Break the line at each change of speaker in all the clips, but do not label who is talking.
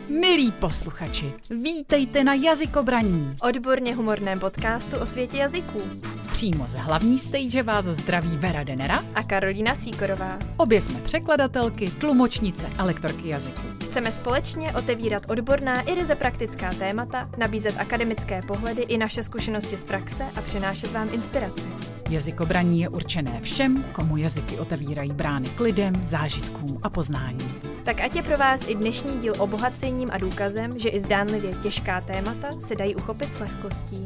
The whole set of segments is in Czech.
Milí posluchači, vítejte na Jazykobraní,
odborně humorném podcastu o světě jazyků.
Přímo z hlavní stage vás zdraví Vera Denera
a Karolína Síkorová.
Obě jsme překladatelky, tlumočnice a lektorky jazyků.
Chceme společně otevírat odborná i ryze praktická témata, nabízet akademické pohledy i naše zkušenosti z praxe a přinášet vám inspiraci.
Jazykobraní je určené všem, komu jazyky otevírají brány k lidem, zážitkům a poznání.
Tak ať je pro vás i dnešní díl obohacením a důkazem, že i zdánlivě těžká témata se dají uchopit s lehkostí.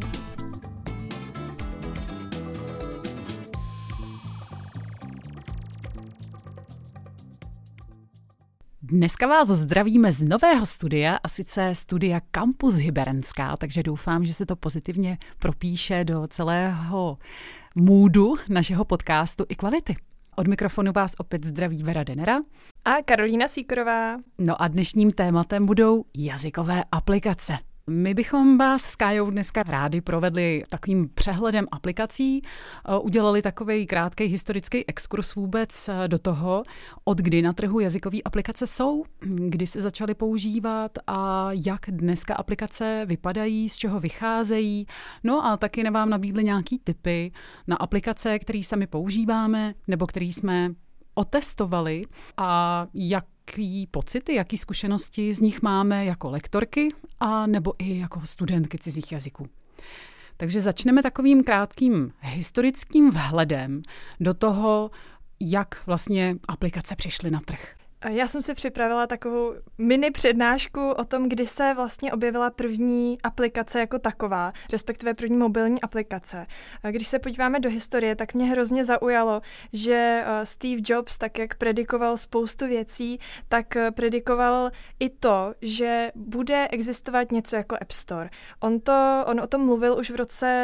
Dneska vás zdravíme z nového studia, a sice studia Campus Hybernská, takže doufám, že se to pozitivně propíše do celého moodu našeho podcastu i kvality. Od mikrofonu vás opět zdraví Vera Denera
a Karolína Síkorová.
No a dnešním tématem budou jazykové aplikace. My bychom vás s Kájou dneska rádi provedli takovým přehledem aplikací, udělali takový krátký historický exkurs vůbec do toho, od kdy na trhu jazykové aplikace jsou, kdy se začaly používat a jak dneska aplikace vypadají, z čeho vycházejí. No a taky vám nabídli nějaký tipy na aplikace, které sami používáme nebo které jsme otestovali a jaký pocity, jaký zkušenosti z nich máme jako lektorky a nebo i jako studentky cizích jazyků. Takže začneme takovým krátkým historickým vhledem do toho, jak vlastně aplikace přišly na trh.
Já jsem si připravila takovou mini přednášku o tom, kdy se vlastně objevila první aplikace jako taková, respektive první mobilní aplikace. Když se podíváme do historie, tak mě hrozně zaujalo, že Steve Jobs, tak jak predikoval spoustu věcí, tak predikoval i to, že bude existovat něco jako App Store. On o tom mluvil už v roce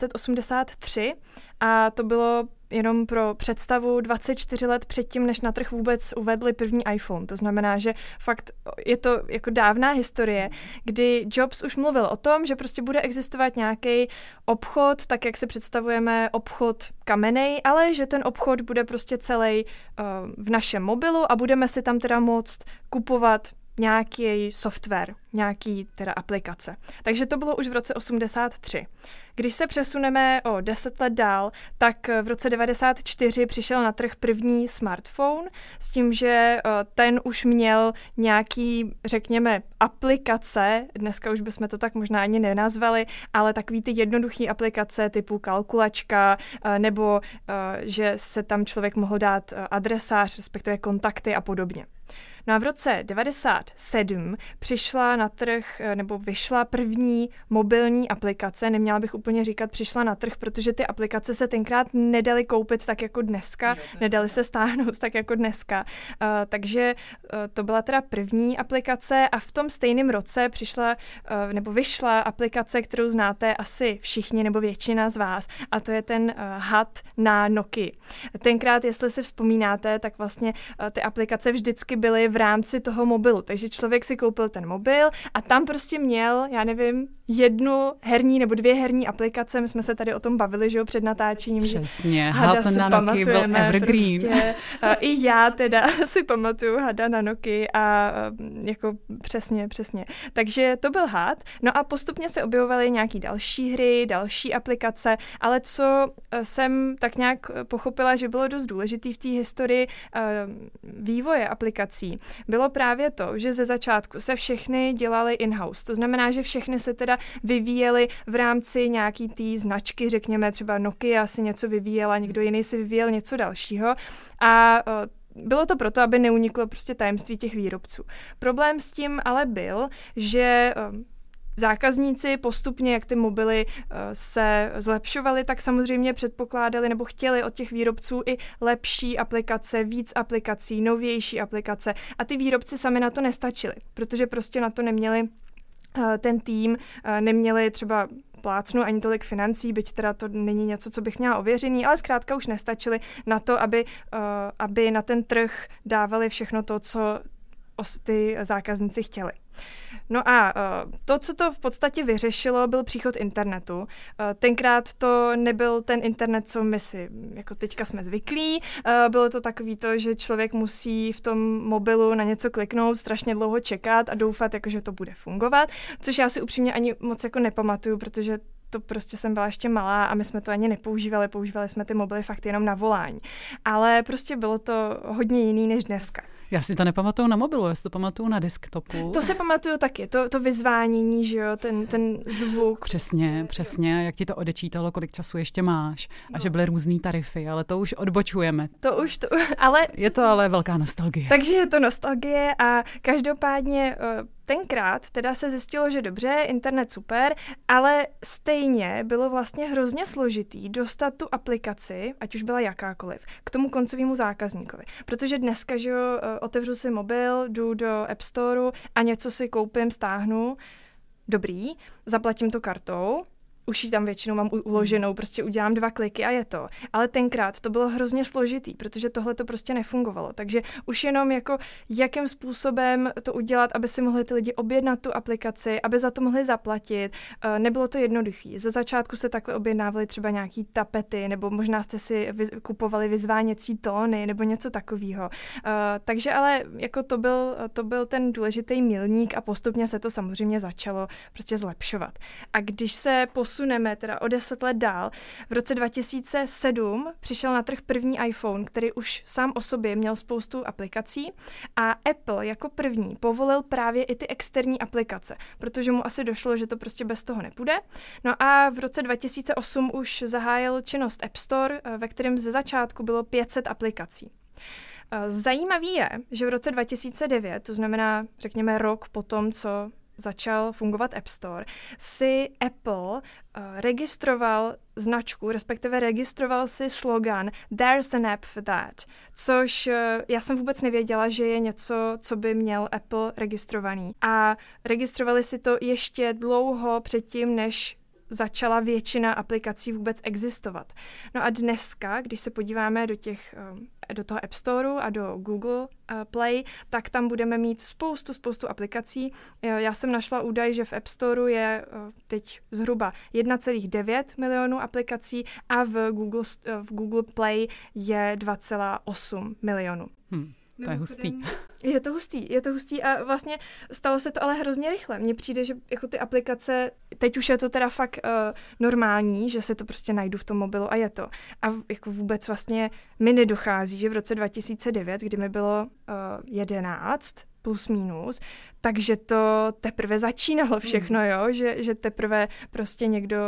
1983 a to bylo jenom pro představu 24 let předtím, než na trh vůbec uvedli první iPhone. To znamená, že fakt je to jako dávná historie, kdy Jobs už mluvil o tom, že prostě bude existovat nějaký obchod, tak jak si představujeme obchod kamenej, ale že ten obchod bude prostě celý v našem mobilu a budeme si tam teda moct kupovat nějaký software, nějaký teda aplikace. Takže to bylo už v roce 83. Když se přesuneme o 10 let dál, tak v roce 94 přišel na trh první smartphone s tím, že ten už měl nějaký, řekněme, aplikace, dneska už bychom to tak možná ani nenazvali, ale takový ty jednoduchý aplikace typu kalkulačka, nebo že se tam člověk mohl dát adresář, respektive kontakty a podobně. No a v roce 97 přišla na trh, nebo vyšla první mobilní aplikace, neměla bych úplně říkat přišla na trh, protože ty aplikace se tenkrát nedaly koupit tak jako dneska, nedaly se stáhnout tak jako dneska. Takže to byla teda první aplikace a v tom stejném roce přišla, nebo vyšla aplikace, kterou znáte asi všichni nebo většina z vás, a to je ten HUD na Nokii. Tenkrát, jestli si vzpomínáte, tak vlastně ty aplikace vždycky byly v rámci toho mobilu. Takže člověk si koupil ten mobil a tam prostě měl, já nevím, jednu herní nebo dvě herní aplikace. My jsme se tady o tom bavili, že jo, před natáčením.
Přesně, Hada si pamatujeme. Evergreen.
Prostě, i já teda si pamatuju Hada na Nokii a jako přesně. Takže to byl Had. No a postupně se objevovaly nějaký další hry, další aplikace, ale co jsem tak nějak pochopila, že bylo dost důležitý v té historii vývoje aplikací, bylo právě to, že ze začátku se všechny dělaly in-house. To znamená, že všechny se teda vyvíjely v rámci nějaký té značky, řekněme třeba Nokia si něco vyvíjela, někdo jiný si vyvíjel něco dalšího a bylo to proto, aby neuniklo prostě tajemství těch výrobců. Problém s tím ale byl, že zákazníci postupně, jak ty mobily se zlepšovaly, tak samozřejmě předpokládali nebo chtěli od těch výrobců i lepší aplikace, víc aplikací, novější aplikace. A ty výrobci sami na to nestačili, protože prostě na to neměli ten tým, neměli třeba plácnu ani tolik financí, byť teda to není něco, co bych měla ověřený, ale zkrátka už nestačili na to, aby na ten trh dávali všechno to, co ty zákazníci chtěli. No a to, co to v podstatě vyřešilo, byl příchod internetu. Tenkrát to nebyl ten internet, co my si jako teďka jsme zvyklí. Bylo to takový to, že člověk musí v tom mobilu na něco kliknout, strašně dlouho čekat a doufat, jako, že to bude fungovat, což já si upřímně ani moc jako nepamatuju, protože to prostě jsem byla ještě malá a my jsme to ani nepoužívali, používali jsme ty mobily fakt jenom na volání. Ale prostě bylo to hodně jiný než dneska.
Já si to nepamatuju na mobilu, já si to pamatuju na desktopu.
To se pamatuju taky, to vyzvánění, že jo, ten zvuk.
Přesně, jak ti to odečítalo, kolik času ještě máš a že byly různý tarify, ale to už odbočujeme.
Ale...
Je to ale velká nostalgie.
Takže je to nostalgie a každopádně tenkrát teda se zjistilo, že dobře, internet super, ale stejně bylo vlastně hrozně složitý dostat tu aplikaci, ať už byla jakákoliv, k tomu koncovému zákazníkovi. Protože dneska, že jo, otevřu si mobil, jdu do App Storeu a něco si koupím, stáhnu, dobrý, zaplatím to kartou, už ji tam většinou mám uloženou, prostě udělám 2 kliky a je to. Ale tenkrát to bylo hrozně složitý, protože tohle to prostě nefungovalo. Takže už jenom jako jakým způsobem to udělat, aby si mohli ty lidi objednat tu aplikaci, aby za to mohli zaplatit. Nebylo to jednoduché. Ze začátku se takhle objednávaly třeba nějaký tapety, nebo možná jste si kupovali vyzváněcí tóny, nebo něco takového. Takže ale jako to byl ten důležitý milník a postupně se to samozřejmě začalo prostě zlepšovat. A když se posuneme teda o 10 let dál, v roce 2007 přišel na trh první iPhone, který už sám o sobě měl spoustu aplikací a Apple jako první povolil právě i ty externí aplikace, protože mu asi došlo, že to prostě bez toho nepůjde. No a v roce 2008 už zahájil činnost App Store, ve kterém ze začátku bylo 500 aplikací. Zajímavý je, že v roce 2009, to znamená řekněme rok po tom, co začal fungovat App Store, si Apple registroval značku, respektive registroval si slogan There's an app for that, což já jsem vůbec nevěděla, že je něco, co by měl Apple registrovaný. A registrovali si to ještě dlouho předtím, než začala většina aplikací vůbec existovat. No a dneska, když se podíváme do toho App Storeu a do Google Play, tak tam budeme mít spoustu aplikací. Já jsem našla údaj, že v App Storeu je teď zhruba 1,9 milionu aplikací a v Google Play je 2,8 milionu.
To je hustý.
Je to hustý a vlastně stalo se to ale hrozně rychle. Mně přijde, že jako ty aplikace, teď už je to teda fakt normální, že se to prostě najdu v tom mobilu a je to. A jako vůbec vlastně mi nedochází, že v roce 2009, kdy mi bylo 11 plus minus, takže to teprve začínalo všechno, jo? Že teprve prostě někdo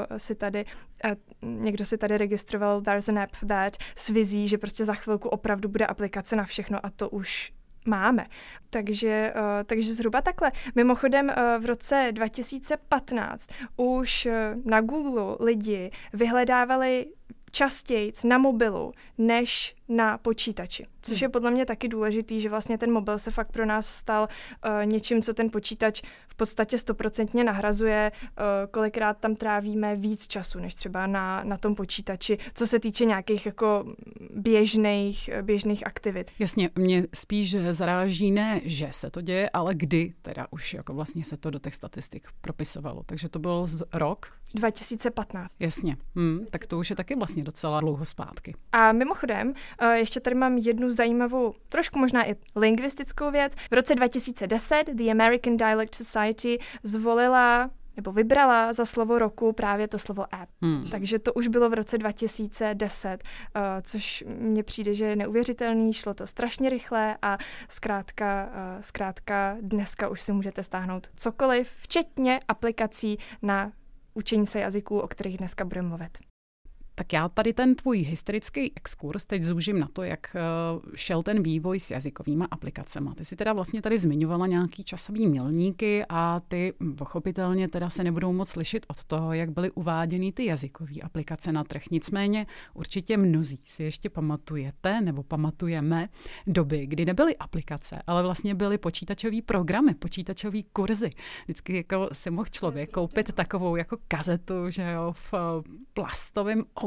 si tady registroval There's an app for that s vizí, že prostě za chvilku opravdu bude aplikace na všechno a to už máme. Takže zhruba takhle. Mimochodem v roce 2015 už na Google lidi vyhledávali častěji na mobilu než na počítači. Což je podle mě taky důležitý, že vlastně ten mobil se fakt pro nás stal něčím, co ten počítač v podstatě 100% nahrazuje. Kolikrát tam trávíme víc času, než třeba na tom počítači, co se týče nějakých jako běžných aktivit.
Jasně, mě spíš zaráží ne, že se to děje, ale kdy teda už jako vlastně se to do těch statistik propisovalo. Takže to byl rok?
2015.
Jasně, tak to už je taky vlastně docela dlouho zpátky.
A mimochodem, ještě tady mám jednu zajímavou, trošku možná i lingvistickou věc. V roce 2010 The American Dialect Society vybrala za slovo roku právě to slovo app. Takže to už bylo v roce 2010, což mně přijde, že je neuvěřitelný, šlo to strašně rychle a zkrátka dneska už si můžete stáhnout cokoliv, včetně aplikací na učení se jazyků, o kterých dneska budeme mluvit.
Tak já tady ten tvůj historický exkurs teď zúžím na to, jak šel ten vývoj s jazykovými aplikacemi. Ty si teda vlastně tady zmiňovala nějaký časový milníky a ty pochopitelně teda se nebudou moc slyšet od toho, jak byly uváděny ty jazykové aplikace na trh. Nicméně určitě mnozí si ještě pamatujete nebo pamatujeme doby, kdy nebyly aplikace, ale vlastně byly počítačové programy, počítačové kurzy. Vždycky jako si mohl člověk koupit takovou jako kazetu, že jo, v plastovém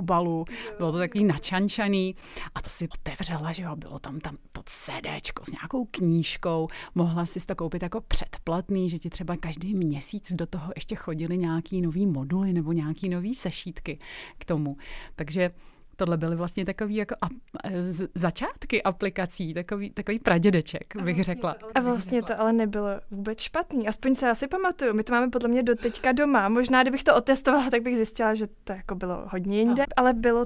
obalu, bylo to takový načančaný a to si otevřela, že jo, bylo tam to CDčko s nějakou knížkou, mohla si to koupit jako předplatný, že ti třeba každý měsíc do toho ještě chodily nějaký nový moduly nebo nějaký nový sešítky k tomu. Takže tohle byly vlastně takový jako začátky aplikací, takový pradědeček, bych řekla.
A vlastně to ale nebylo vůbec špatný, aspoň se asi pamatuju. My to máme podle mě doteďka doma. Možná, kdybych to otestovala, tak bych zjistila, že to jako bylo hodně jinde, ale bylo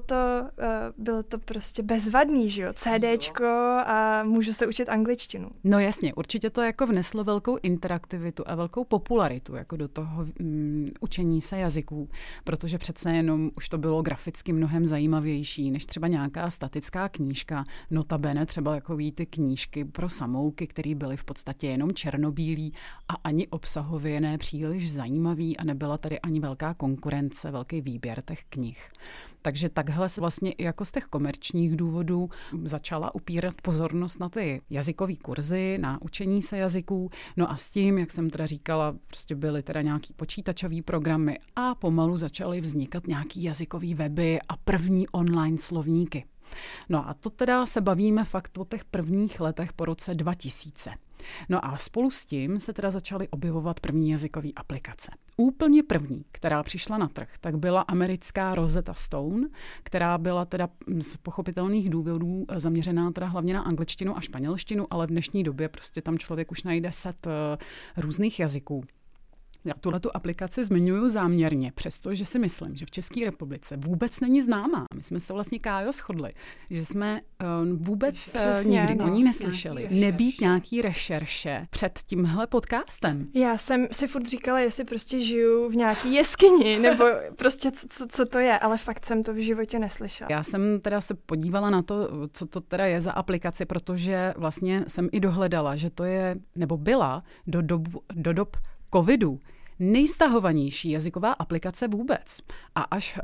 to prostě bezvadný, že jo, CDčko a můžu se učit angličtinu.
No jasně, určitě to jako vneslo velkou interaktivitu a velkou popularitu jako do toho učení se jazyků, protože přece jenom už to bylo graficky mnohem zajímavější než třeba nějaká statická knížka, notabene třeba takový ty knížky pro samouky, které byly v podstatě jenom černobílý a ani obsahově ne příliš zajímavý a nebyla tady ani velká konkurence, velký výběr těch knih. Takže takhle se vlastně i jako z těch komerčních důvodů začala upírat pozornost na ty jazykové kurzy, na učení se jazyků. No a s tím, jak jsem teda říkala, prostě byly teda nějaký počítačové programy a pomalu začaly vznikat nějaký jazykový weby a první online slovníky. No a to teda se bavíme fakt o těch prvních letech po roce 2000. No a spolu s tím se teda začaly objevovat první jazykové aplikace. Úplně první, která přišla na trh, tak byla americká Rosetta Stone, která byla teda z pochopitelných důvodů zaměřená teda hlavně na angličtinu a španělštinu, ale v dnešní době prostě tam člověk už najde set různých jazyků. Já tuhletu aplikaci zmiňuji záměrně, přestože si myslím, že v České republice vůbec není známá. My jsme se vlastně, Kájo, shodli, že jsme vůbec nikdy o ní neslyšeli. Nebýt nějaký rešerše před tímhle podcastem.
Já jsem si furt říkala, jestli prostě žiju v nějaký jeskyni, nebo prostě co to je, ale fakt jsem to v životě neslyšela.
Já jsem teda se podívala na to, co to teda je za aplikaci, protože vlastně jsem i dohledala, že to je, nebo byla do dob covidu nejstahovanější jazyková aplikace vůbec. A až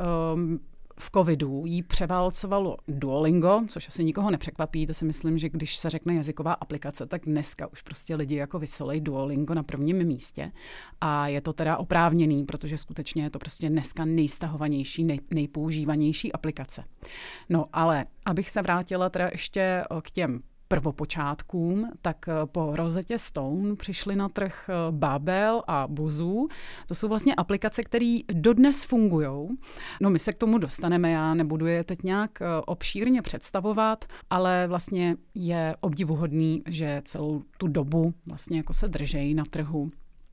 v covidu jí převálcovalo Duolingo, což asi nikoho nepřekvapí, to si myslím, že když se řekne jazyková aplikace, tak dneska už prostě lidi jako vysolej Duolingo na prvním místě. A je to teda oprávněný, protože skutečně je to prostě dneska nejstahovanější, nejpoužívanější aplikace. No ale abych se vrátila teda ještě k těm prvopočátkům, tak po Rosetě Stone přišly na trh Babel a Buzu. To jsou vlastně aplikace, které dodnes fungujou. No my se k tomu dostaneme, já nebudu je teď nějak obšírně představovat, ale vlastně je obdivuhodný, že celou tu dobu vlastně jako se držejí na trhu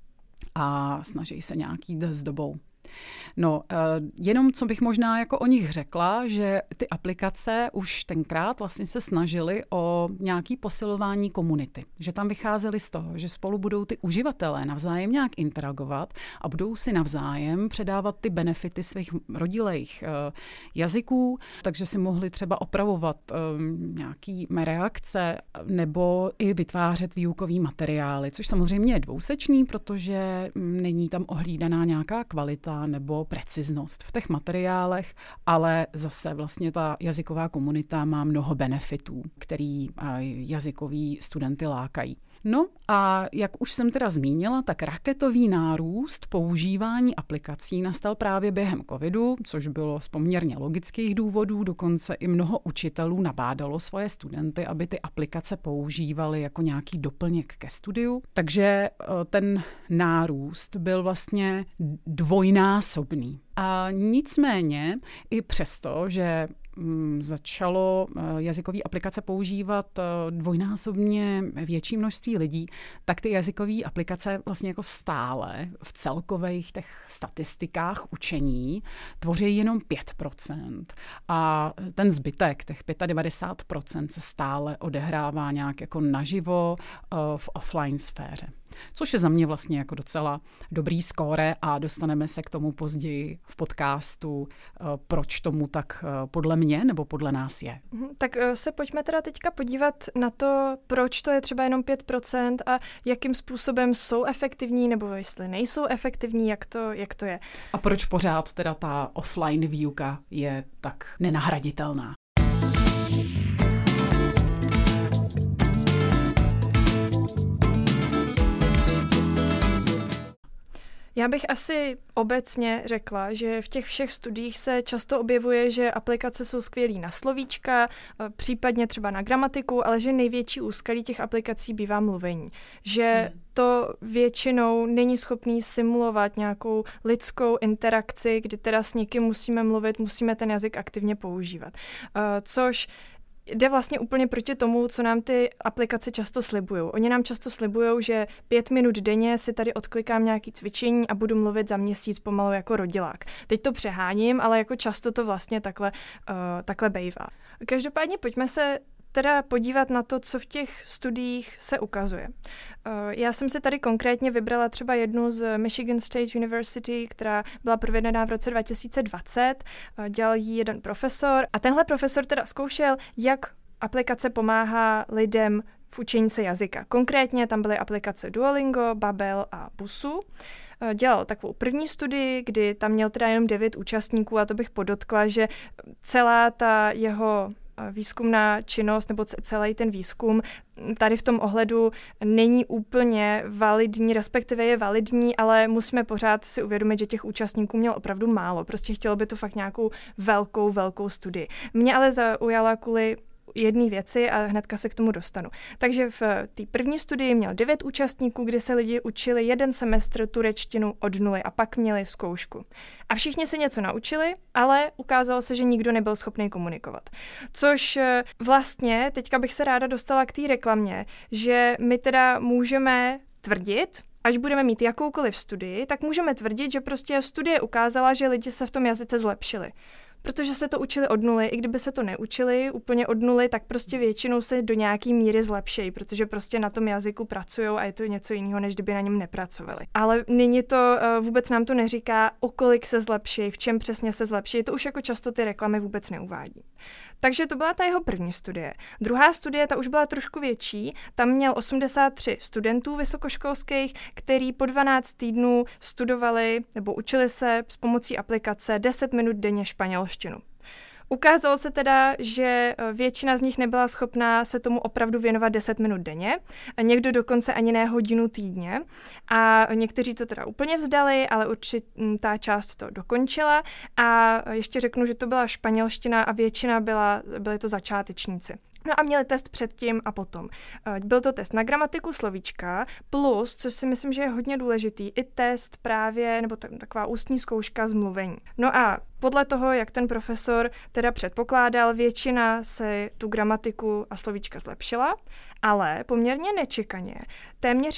a snaží se nějak jít s dobou. No, jenom co bych možná jako o nich řekla, že ty aplikace už tenkrát vlastně se snažily o nějaké posilování komunity. Že tam vycházely z toho, že spolu budou ty uživatelé navzájem nějak interagovat a budou si navzájem předávat ty benefity svých rodilých jazyků, takže si mohli třeba opravovat nějaké reakce nebo i vytvářet výukový materiály, což samozřejmě je dvousečný, protože není tam ohlídaná nějaká kvalita nebo preciznost v těch materiálech, ale zase vlastně ta jazyková komunita má mnoho benefitů, který jazykoví studenty lákají. No a jak už jsem teda zmínila, tak raketový nárůst používání aplikací nastal právě během covidu, což bylo z poměrně logických důvodů, dokonce i mnoho učitelů nabádalo svoje studenty, aby ty aplikace používali jako nějaký doplněk ke studiu. Takže ten nárůst byl vlastně dvojnásobný. A nicméně i přesto, že začalo jazykové aplikace používat dvojnásobně větší množství lidí, tak ty jazykové aplikace vlastně jako stále v celkových těch statistikách učení tvoří jenom 5%. A ten zbytek, těch 95%, se stále odehrává nějak jako naživo v offline sféře. Což je za mě vlastně jako docela dobrý skóre a dostaneme se k tomu později v podcastu, proč tomu tak podle mě nebo podle nás je.
Tak se pojďme teda teďka podívat na to, proč to je třeba jenom 5% a jakým způsobem jsou efektivní nebo jestli nejsou efektivní, jak to je.
A proč pořád teda ta offline výuka je tak nenahraditelná.
Já bych asi obecně řekla, že v těch všech studiích se často objevuje, že aplikace jsou skvělý na slovíčka, případně třeba na gramatiku, ale že největší úskalí těch aplikací bývá mluvení. Že to většinou není schopný simulovat nějakou lidskou interakci, kdy teda s někým musíme mluvit, musíme ten jazyk aktivně používat. Což jde vlastně úplně proti tomu, co nám ty aplikace často slibují. Oni nám často slibují, že 5 minut denně si tady odklikám nějaké cvičení a budu mluvit za měsíc pomalu jako rodilák. Teď to přeháním, ale jako často to vlastně takhle bejvá. Každopádně pojďme se teda podívat na to, co v těch studiích se ukazuje. Já jsem si tady konkrétně vybrala třeba jednu z Michigan State University, která byla provedená v roce 2020. Dělal ji jeden profesor a tenhle profesor teda zkoušel, jak aplikace pomáhá lidem v učení se jazyka. Konkrétně tam byly aplikace Duolingo, Babbel a Busuu. Dělal takovou první studii, kdy tam měl teda jenom 9 účastníků a to bych podotkla, že celá ta jeho výzkumná činnost nebo celý ten výzkum tady v tom ohledu není úplně validní, respektive je validní, ale musíme pořád si uvědomit, že těch účastníků měl opravdu málo. Prostě chtělo by to fakt nějakou velkou studii. Mě ale zaujala kvůli jedné věci a hnedka se k tomu dostanu. Takže v té první studii měl 9 účastníků, kdy se lidi učili 1 semestr turečtinu od nuly a pak měli zkoušku. A všichni se něco naučili, ale ukázalo se, že nikdo nebyl schopný komunikovat. Což vlastně, teďka bych se ráda dostala k té reklamě, že my teda můžeme tvrdit, až budeme mít jakoukoliv studii, tak můžeme tvrdit, že prostě studie ukázala, že lidi se v tom jazyce zlepšili. Protože se to učili od nuly, i kdyby se to neučili úplně od nuly, tak prostě většinou se do nějaký míry zlepšejí, protože prostě na tom jazyku pracujou a je to něco jiného, než kdyby na něm nepracovali. Ale nyní to vůbec nám to neříká, o kolik se zlepší, v čem přesně se zlepší, to už jako často ty reklamy vůbec neuvádí. Takže to byla ta jeho první studie. Druhá studie, ta už byla trošku větší, tam měl 83 studentů vysokoškolských, který po 12 týdnů studovali nebo učili se s pomocí aplikace 10 minut denně španělštinu. Ukázalo se teda, že většina z nich nebyla schopná se tomu opravdu věnovat 10 minut denně, a někdo dokonce ani ne hodinu týdně a někteří to teda úplně vzdali, ale určitá část to dokončila a ještě řeknu, že to byla španělština a většina byli to začátečníci. No a měli test předtím a potom. Byl to test na gramatiku slovíčka plus, což si myslím, že je hodně důležitý, i test právě, nebo taková ústní zkouška z mluvení. No a podle toho, jak ten profesor teda předpokládal, většina se tu gramatiku a slovíčka zlepšila, ale poměrně nečekaně téměř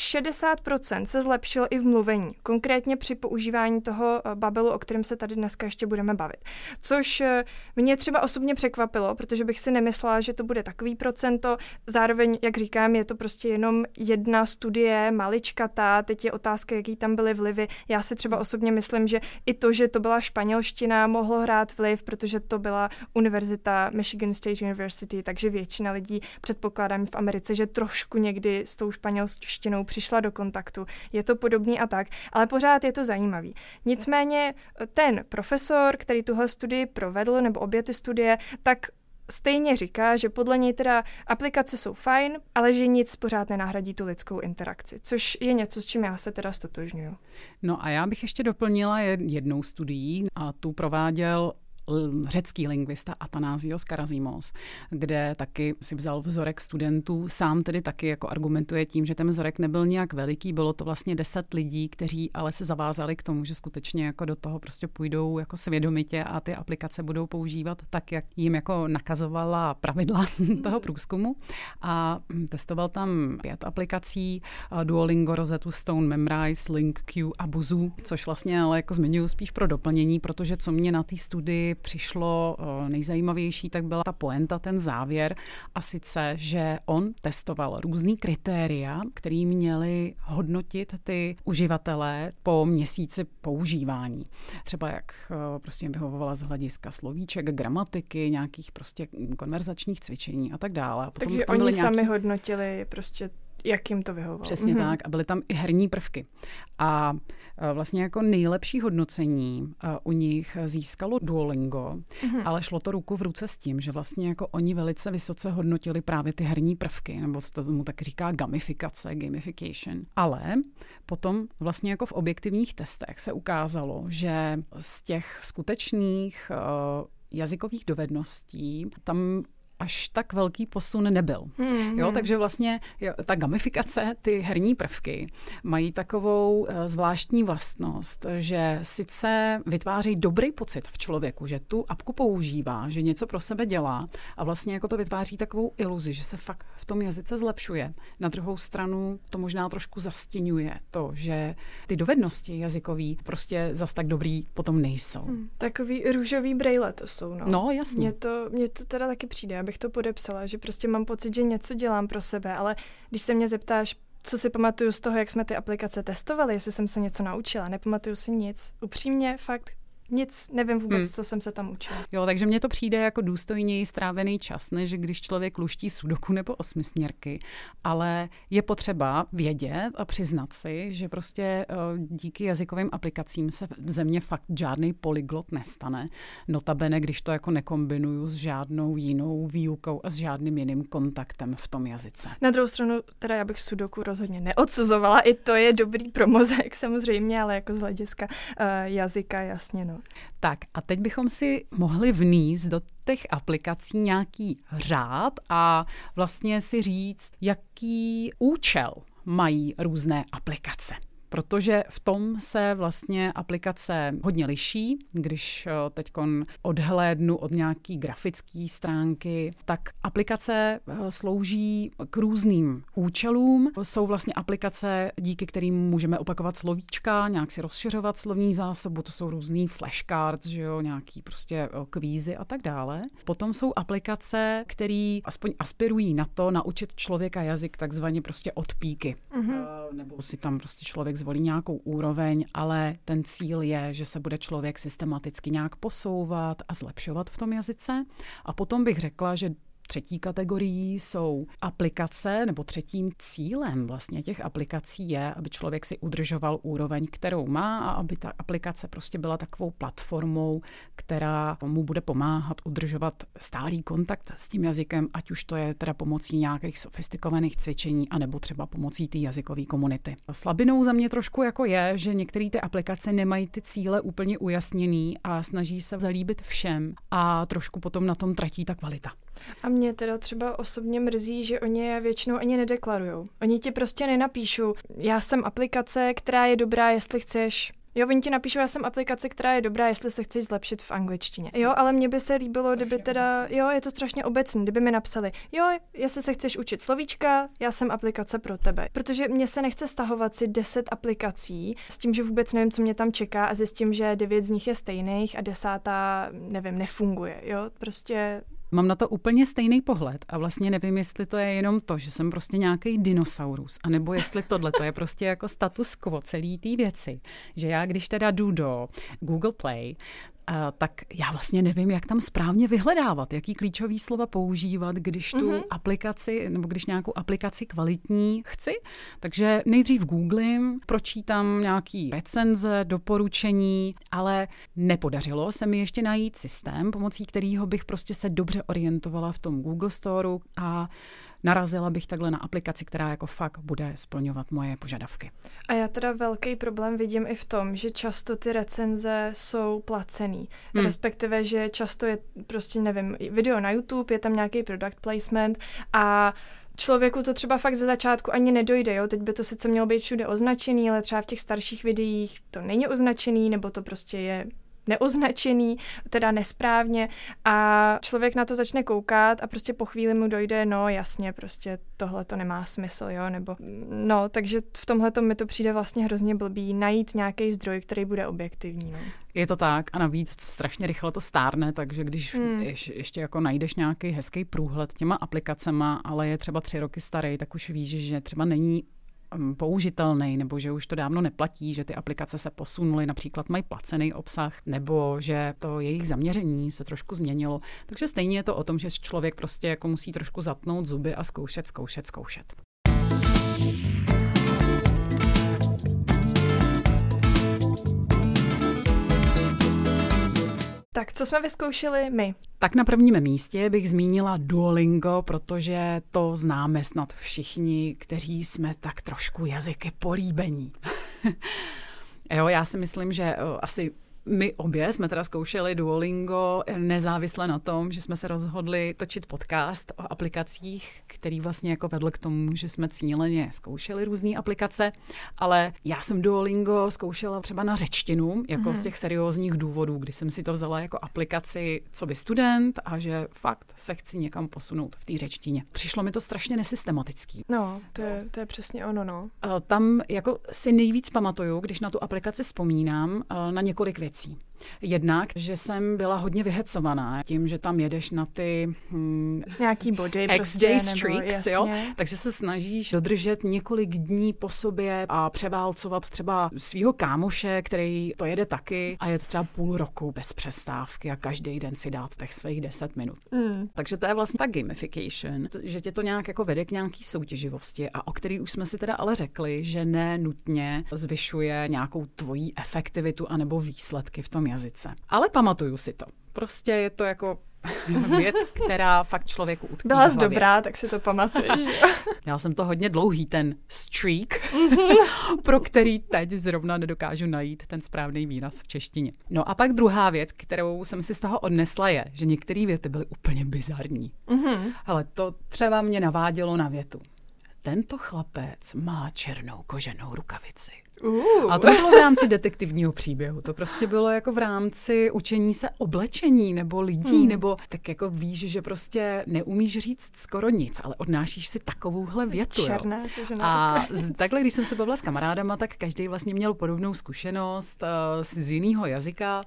60% se zlepšilo i v mluvení, konkrétně při používání toho Babbelu, o kterém se tady dneska ještě budeme bavit. Což mě třeba osobně překvapilo, protože bych si nemyslela, že to bude takový procento. Zároveň, jak říkám, je to prostě jenom jedna studie, maličkatá, teď je otázka, jaký tam byly vlivy. Já si třeba osobně myslím, že i to, že to byla španělština, mohlo hrát vliv, protože to byla univerzita Michigan State University, takže většina lidí, předpokládám v Americe, že trošku někdy s tou španělštinou přišla do kontaktu. Je to podobný a tak, ale pořád je to zajímavý. Nicméně ten profesor, který tuhle studii provedl, nebo obě ty studie, tak stejně říká, že podle něj teda aplikace jsou fajn, ale že nic pořád nenahradí tu lidskou interakci, což je něco, s čím já se teda stotožňuju.
No a já bych ještě doplnila jednou studií a tu prováděl řecký lingvista Athanasios Karazimos, kde taky si vzal vzorek studentů, sám tedy taky jako argumentuje tím, že ten vzorek nebyl nějak veliký, bylo to vlastně 10 lidí, kteří ale se zavázali k tomu, že skutečně jako do toho prostě půjdou jako svědomitě a ty aplikace budou používat tak, jak jim jako nakazovala pravidla toho průzkumu a testoval tam 5 aplikací, Duolingo, Rosetta Stone, Memrise, LinkQ a Busuu, což vlastně ale jako zmiňuji spíš pro doplnění, protože co mě na té studii přišlo nejzajímavější, tak byla ta poenta, ten závěr, a sice, že on testoval různý kritéria, který měli hodnotit ty uživatelé po měsíci používání. Třeba jak prostě vyhovovala z hlediska slovíček, gramatiky, nějakých prostě konverzačních cvičení a tak dále. A potom
takže oni sami hodnotili prostě jak jim to vyhovovalo.
Přesně tak. A byly tam i herní prvky. A vlastně jako nejlepší hodnocení u nich získalo Duolingo, ale šlo to ruku v ruce s tím, že vlastně jako oni velice vysoce hodnotili právě ty herní prvky, nebo se tomu tak říká gamification. Ale potom vlastně jako v objektivních testech se ukázalo, že z těch skutečných jazykových dovedností tam až tak velký posun nebyl. Jo, takže vlastně ta gamifikace, ty herní prvky, mají takovou zvláštní vlastnost, že sice vytváří dobrý pocit v člověku, že tu apku používá, že něco pro sebe dělá a vlastně jako to vytváří takovou iluzi, že se fakt v tom jazyce zlepšuje. Na druhou stranu to možná trošku zastěňuje to, že ty dovednosti jazykový prostě zas tak dobrý potom nejsou.
Takový růžový brejle to jsou.
No jasně.
Mně to teda taky přijde, abych to podepsala, že prostě mám pocit, že něco dělám pro sebe, ale když se mě zeptáš, co si pamatuju z toho, jak jsme ty aplikace testovali, jestli jsem se něco naučila, nepamatuju si nic. Upřímně, fakt nic, nevím vůbec, co jsem se tam učila.
Jo, takže mně to přijde jako důstojněji strávený čas, než když člověk luští sudoku nebo osmisměrky, ale je potřeba vědět a přiznat si, že prostě díky jazykovým aplikacím se v země fakt žádný polyglot nestane. Notabene, když to jako nekombinuju s žádnou jinou výukou a s žádným jiným kontaktem v tom jazyce.
Na druhou stranu, teda já bych sudoku rozhodně neodsuzovala, i to je dobrý pro mozek samozřejmě, ale jako z hlediska jazyka, jasně, no.
Tak a teď bychom si mohli vníst do těch aplikací nějaký řád a vlastně si říct, jaký účel mají různé aplikace. Protože v tom se vlastně aplikace hodně liší. Když teďkon odhlédnu od nějaký grafické stránky, tak aplikace slouží k různým účelům. Jsou vlastně aplikace, díky kterým můžeme opakovat slovíčka, nějak si rozšiřovat slovní zásobu, to jsou různý flashcards, že jo, nějaký prostě kvízy a tak dále. Potom jsou aplikace, které aspoň aspirují na to naučit člověka jazyk takzvaně prostě od píky. Nebo si tam prostě člověk zvolí nějakou úroveň, ale ten cíl je, že se bude člověk systematicky nějak posouvat a zlepšovat v tom jazyce. A potom bych řekla, že třetí kategorií jsou aplikace, nebo třetím cílem vlastně těch aplikací je, aby člověk si udržoval úroveň, kterou má a aby ta aplikace prostě byla takovou platformou, která mu bude pomáhat udržovat stálý kontakt s tím jazykem, ať už to je teda pomocí nějakých sofistikovaných cvičení, anebo třeba pomocí té jazykové komunity. Slabinou za mě trošku jako je, že některé ty aplikace nemají ty cíle úplně ujasněný a snaží se zalíbit všem a trošku potom na tom tratí ta kvalita.
A mě teda třeba osobně mrzí, že oni je většinou ani nedeklarujou. Oni ti prostě nenapíšou, já jsem aplikace, která je dobrá, jestli chceš. Jo, oni ti napíšou, já jsem aplikace, která je dobrá, jestli se chceš zlepšit v angličtině. Jo, ale mně by se líbilo, kdyby teda, jo, je to strašně obecný, kdyby mi napsali, jo, jestli se chceš učit slovíčka, já jsem aplikace pro tebe. Protože mně se nechce stahovat si 10 aplikací s tím, že vůbec nevím, co mě tam čeká a zjistím, že 9 z nich je stejných a 10, nevím, nefunguje, jo, prostě.
Mám na to úplně stejný pohled a vlastně nevím, jestli to je jenom to, že jsem prostě nějaký dinosaurus, anebo jestli tohle to je prostě jako status quo celý té věci. Že já, když teda jdu do Google Play, tak já vlastně nevím, jak tam správně vyhledávat, jaký klíčový slova používat, když tu aplikaci, nebo když nějakou aplikaci kvalitní chci. Takže nejdřív googlím, pročítám nějaký recenze, doporučení, ale nepodařilo se mi ještě najít systém, pomocí kterého bych prostě se dobře orientovala v tom Google Storeu a narazila bych takhle na aplikaci, která jako fakt bude splňovat moje požadavky.
A já teda velký problém vidím i v tom, že často ty recenze jsou placený. Respektive, že často je prostě, nevím, video na YouTube, je tam nějaký product placement a člověku to třeba fakt ze začátku ani nedojde, jo? Teď by to sice mělo být všude označený, ale třeba v těch starších videích to není označený, nebo to prostě je neoznačený, teda nesprávně a člověk na to začne koukat a prostě po chvíli mu dojde, no jasně, prostě tohle to nemá smysl, jo, nebo no, takže v tomhletom mi to přijde vlastně hrozně blbý najít nějaký zdroj, který bude objektivní, no.
Je to tak a navíc strašně rychle to stárne, takže když ještě jako najdeš nějaký hezký průhled těma aplikacema, ale je třeba 3 roky starý, tak už víš, že třeba není použitelný, nebo že už to dávno neplatí, že ty aplikace se posunuly, například mají placený obsah, nebo že to jejich zaměření se trošku změnilo. Takže stejně je to o tom, že člověk prostě jako musí trošku zatnout zuby a zkoušet.
Tak co jsme vyzkoušeli my?
Tak na prvním místě bych zmínila Duolingo, protože to známe snad všichni, kteří jsme tak trošku jazyky políbení. Jo, já si myslím, že asi my obě jsme teda zkoušeli Duolingo nezávisle na tom, že jsme se rozhodli točit podcast o aplikacích, který vlastně jako vedl k tomu, že jsme cíleně zkoušeli různé aplikace, ale já jsem Duolingo zkoušela třeba na řečtinu, jako z těch seriózních důvodů, kdy jsem si to vzala jako aplikaci coby student a že fakt se chci někam posunout v té řečtině. Přišlo mi to strašně nesystematický.
No, to je přesně ono, no.
Tam jako si nejvíc pamatuju, když na tu aplikaci vzpomínám, na několik věcí. Jednak, že jsem byla hodně vyhecovaná tím, že tam jedeš na ty
nějaký body
X-day streaks, jo? Takže se snažíš dodržet několik dní po sobě a převálcovat třeba svýho kámoše, který to jede taky a je třeba půl roku bez přestávky a každý den si dát těch svých 10 minut. Takže to je vlastně ta gamification, že tě to nějak jako vede k nějaký soutěživosti a o který už jsme si teda ale řekli, že ne nutně zvyšuje nějakou tvojí efektivitu anebo výsledky v tom jazyce. Ale pamatuju si to. Prostě je to jako věc, která fakt člověku utkví.
Byla jsi dobrá, tak si to pamatuješ.
Já jsem to hodně dlouhý, ten streak, pro který teď zrovna nedokážu najít ten správný výraz v češtině. No a pak druhá věc, kterou jsem si z toho odnesla je, že některé věty byly úplně bizarní. Hele, to třeba mě navádělo na větu. Tento chlapec má černou koženou rukavici. A to bylo v rámci detektivního příběhu. To prostě bylo jako v rámci učení se oblečení nebo lidí, nebo tak jako víš, že prostě neumíš říct skoro nic, ale odnášíš si takovouhle větu.
Černá
kožená rukavice. A takhle, když jsem se bavila s kamarádama, tak každý vlastně měl podobnou zkušenost z jiného jazyka,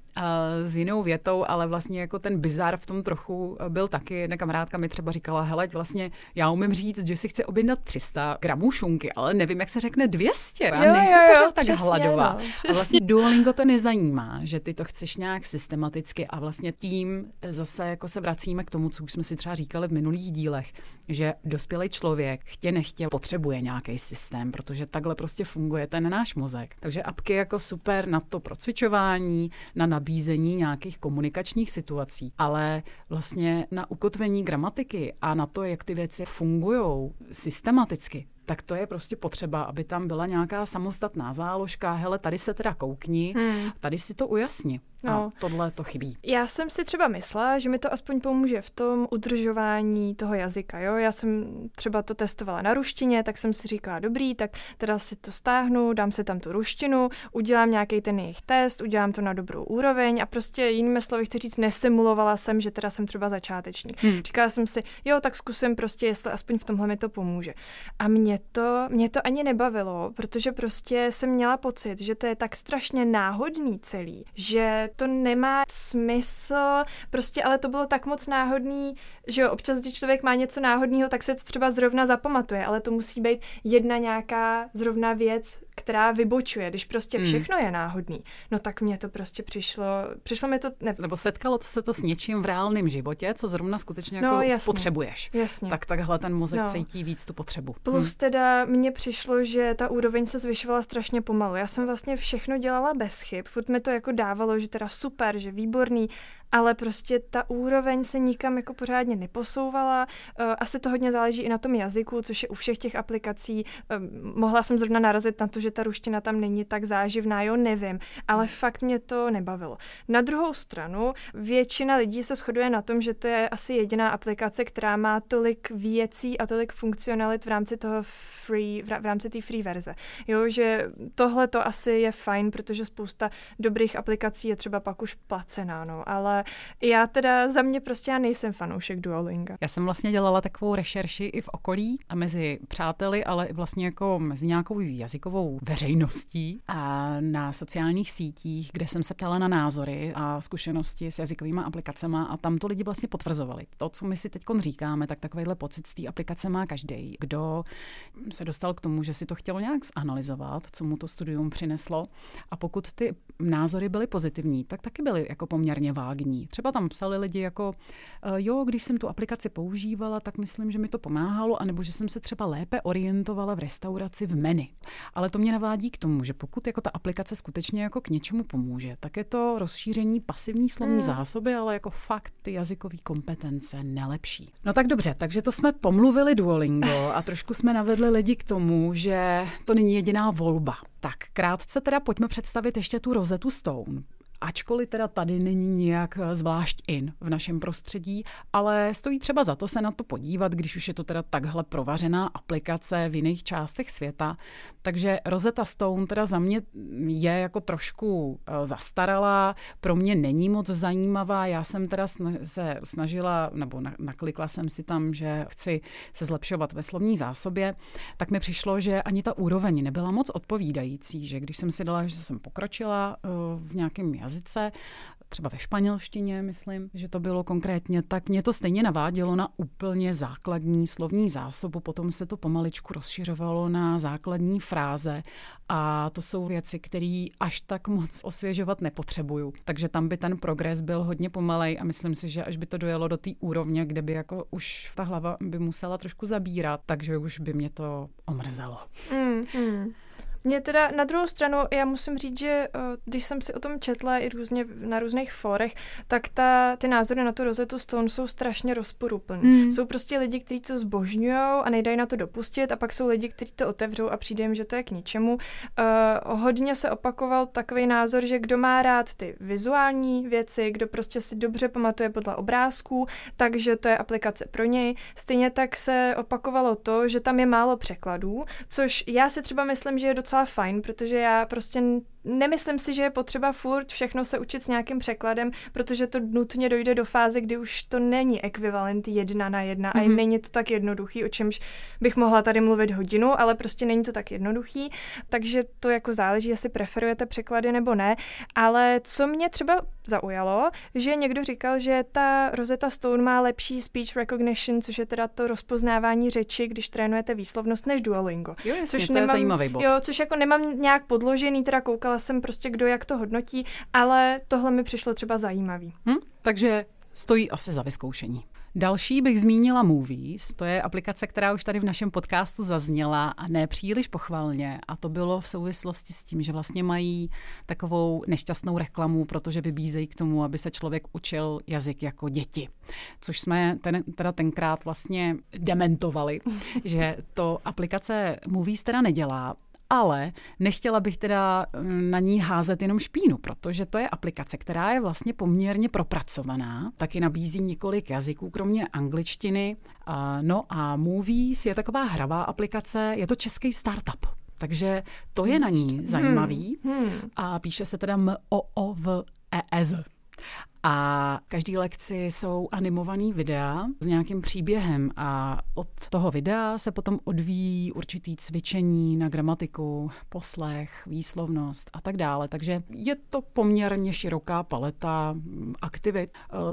s jinou větou, ale vlastně jako ten bizar v tom trochu byl taky. Jedna kamarádka mi třeba říkala, hele, vlastně já umím říct, že si chci objednat 300 gramů šunky, ale nevím, jak se řekne 200. Já nejsem pořád tak hladová. No, a vlastně Duolingo to nezajímá, že ty to chceš nějak systematicky a vlastně tím zase jako se vracíme k tomu, co už jsme si třeba říkali v minulých dílech, že dospělý člověk chtě nechtě potřebuje nějaký systém, protože takhle prostě funguje ten náš mozek. Takže apky jako super na to procvičování, na nabízení nějakých komunikačních situací, ale vlastně na ukotvení gramatiky a na to, jak ty věci fungujou systematicky, tak to je prostě potřeba, aby tam byla nějaká samostatná záložka, hele, tady se teda koukni, tady si to ujasni. No. A tohle to chybí.
Já jsem si třeba myslela, že mi to aspoň pomůže v tom udržování toho jazyka. Jo? Já jsem třeba to testovala na ruštině, tak jsem si říkala, dobrý, tak teda si to stáhnu, dám si tam tu ruštinu, udělám nějaký ten jejich test, udělám to na dobrou úroveň a prostě jinými slovy chci říct, nesimulovala jsem, že teda jsem třeba začátečník. Říkala jsem si, jo, tak zkusím prostě, jestli aspoň v tomhle mi to pomůže. A mě to ani nebavilo, protože prostě jsem měla pocit, že to je tak strašně náhodný celý, že to nemá smysl, prostě, ale to bylo tak moc náhodný, že jo, občas, když člověk má něco náhodného, tak se to třeba zrovna zapamatuje, ale to musí být jedna nějaká zrovna věc, která vybočuje, když prostě všechno je náhodný. No tak mně to prostě přišlo mi to...
Nebo setkalo se to s něčím v reálném životě, co zrovna skutečně jako potřebuješ.
Jasně.
Tak takhle ten mozek cítí víc tu potřebu.
Plus teda mně přišlo, že ta úroveň se zvyšovala strašně pomalu. Já jsem vlastně všechno dělala bez chyb. Furt mi to jako dávalo, že teda super, že výborný, ale prostě ta úroveň se nikam jako pořádně neposouvala. Asi to hodně záleží i na tom jazyku, což je u všech těch aplikací. Mohla jsem zrovna narazit na to, že ta ruština tam není tak záživná, jo, nevím, ale fakt mě to nebavilo. Na druhou stranu, většina lidí se shoduje na tom, že to je asi jediná aplikace, která má tolik věcí a tolik funkcionalit v rámci toho v rámci té free verze. Jo, že tohle to asi je fajn, protože spousta dobrých aplikací je třeba pak už placená, no, ale já teda za mě prostě já nejsem fanoušek Duolinga.
Já jsem vlastně dělala takovou rešerši i v okolí a mezi přáteli, ale i vlastně jako mezi nějakou jazykovou širokou veřejností a na sociálních sítích, kde jsem se ptala na názory a zkušenosti s jazykovými aplikacemi a tam to lidi vlastně potvrzovali. To, co my si teď říkáme, tak takovýhle pocit z té aplikace má každý, kdo se dostal k tomu, že si to chtěl nějak zanalyzovat, co mu to studium přineslo. A pokud ty názory byly pozitivní, tak taky byly jako poměrně vágní. Třeba tam psali lidi jako, jo, když jsem tu aplikaci používala, tak myslím, že mi to pomáhalo, anebo že jsem se třeba lépe orientovala v restauraci v menu. Ale to mě navádí k tomu, že pokud jako ta aplikace skutečně jako k něčemu pomůže, tak je to rozšíření pasivní slovní zásoby, ale jako fakt ty jazykové kompetence nelepší. No tak dobře, takže to jsme pomluvili Duolingo a trošku jsme navedli lidi k tomu, že to není jediná volba. Tak krátce teda pojďme představit ještě tu Rosetta Stone. Ačkoliv teda tady není nijak zvlášť in v našem prostředí, ale stojí třeba za to se na to podívat, když už je to teda takhle provařená aplikace v jiných částech světa. Takže Rosetta Stone teda za mě je jako trošku zastaralá, pro mě není moc zajímavá. Já jsem teda se snažila, nebo naklikla jsem si tam, že chci se zlepšovat ve slovní zásobě, tak mi přišlo, že ani ta úroveň nebyla moc odpovídající, že když jsem si dala, že jsem pokročila v nějakém jazyce, třeba ve španělštině, myslím, že to bylo konkrétně, tak mě to stejně navádělo na úplně základní slovní zásobu, potom se to pomaličku rozšiřovalo na základní fráze a to jsou věci, které až tak moc osvěžovat nepotřebuju. Takže tam by ten progres byl hodně pomalej a myslím si, že až by to dojelo do té úrovně, kde by jako už ta hlava by musela trošku zabírat, takže už by mě to omrzelo.
Mě teda na druhou stranu, já musím říct, že když jsem si o tom četla i různě na různých fórech, tak ty názory na tu Rosetta Stone jsou strašně rozporuplný. Jsou prostě lidi, kteří to zbožňujou a nejdají na to dopustit a pak jsou lidi, kteří to otevřou a přijde jim, že to je k ničemu. Hodně se opakoval takový názor, že kdo má rád ty vizuální věci, kdo prostě si dobře pamatuje podle obrázků, takže to je aplikace pro něj. Stejně tak se opakovalo to, že tam je málo překladů, což já si třeba myslím, že je docela fajn, protože já prostě nemyslím si, že je potřeba furt všechno se učit s nějakým překladem, protože to nutně dojde do fáze, kdy už to není ekvivalent 1:1 a není to tak jednoduchý, o čemž bych mohla tady mluvit hodinu, ale prostě není to tak jednoduchý, takže to jako záleží, jestli preferujete překlady nebo ne, ale co mě třeba zaujalo, že někdo říkal, že ta Rosetta Stone má lepší speech recognition, což je teda to rozpoznávání řeči, když trénujete výslovnost, než Duolingo.
Jo, jasně, což to je zajímavý bod.
Jo, což jako nemám nějak podložený, teda koukala jsem prostě, kdo jak to hodnotí, ale tohle mi přišlo třeba zajímavý.
Takže stojí asi za vyzkoušení. Další bych zmínila Movies, to je aplikace, která už tady v našem podcastu zazněla a ne příliš pochvalně a to bylo v souvislosti s tím, že vlastně mají takovou nešťastnou reklamu, protože vybízejí k tomu, aby se člověk učil jazyk jako děti, což jsme teda tenkrát vlastně dementovali, že to aplikace Movies teda nedělá. Ale nechtěla bych teda na ní házet jenom špínu, protože to je aplikace, která je vlastně poměrně propracovaná, taky nabízí několik jazyků, kromě angličtiny. No a Movies je taková hravá aplikace, je to český startup. Takže to je na ní zajímavý. A píše se teda MOOVES. A každý lekci jsou animovaný videa s nějakým příběhem a od toho videa se potom odvíjí určitý cvičení na gramatiku, poslech, výslovnost a tak dále. Takže je to poměrně široká paleta aktivit.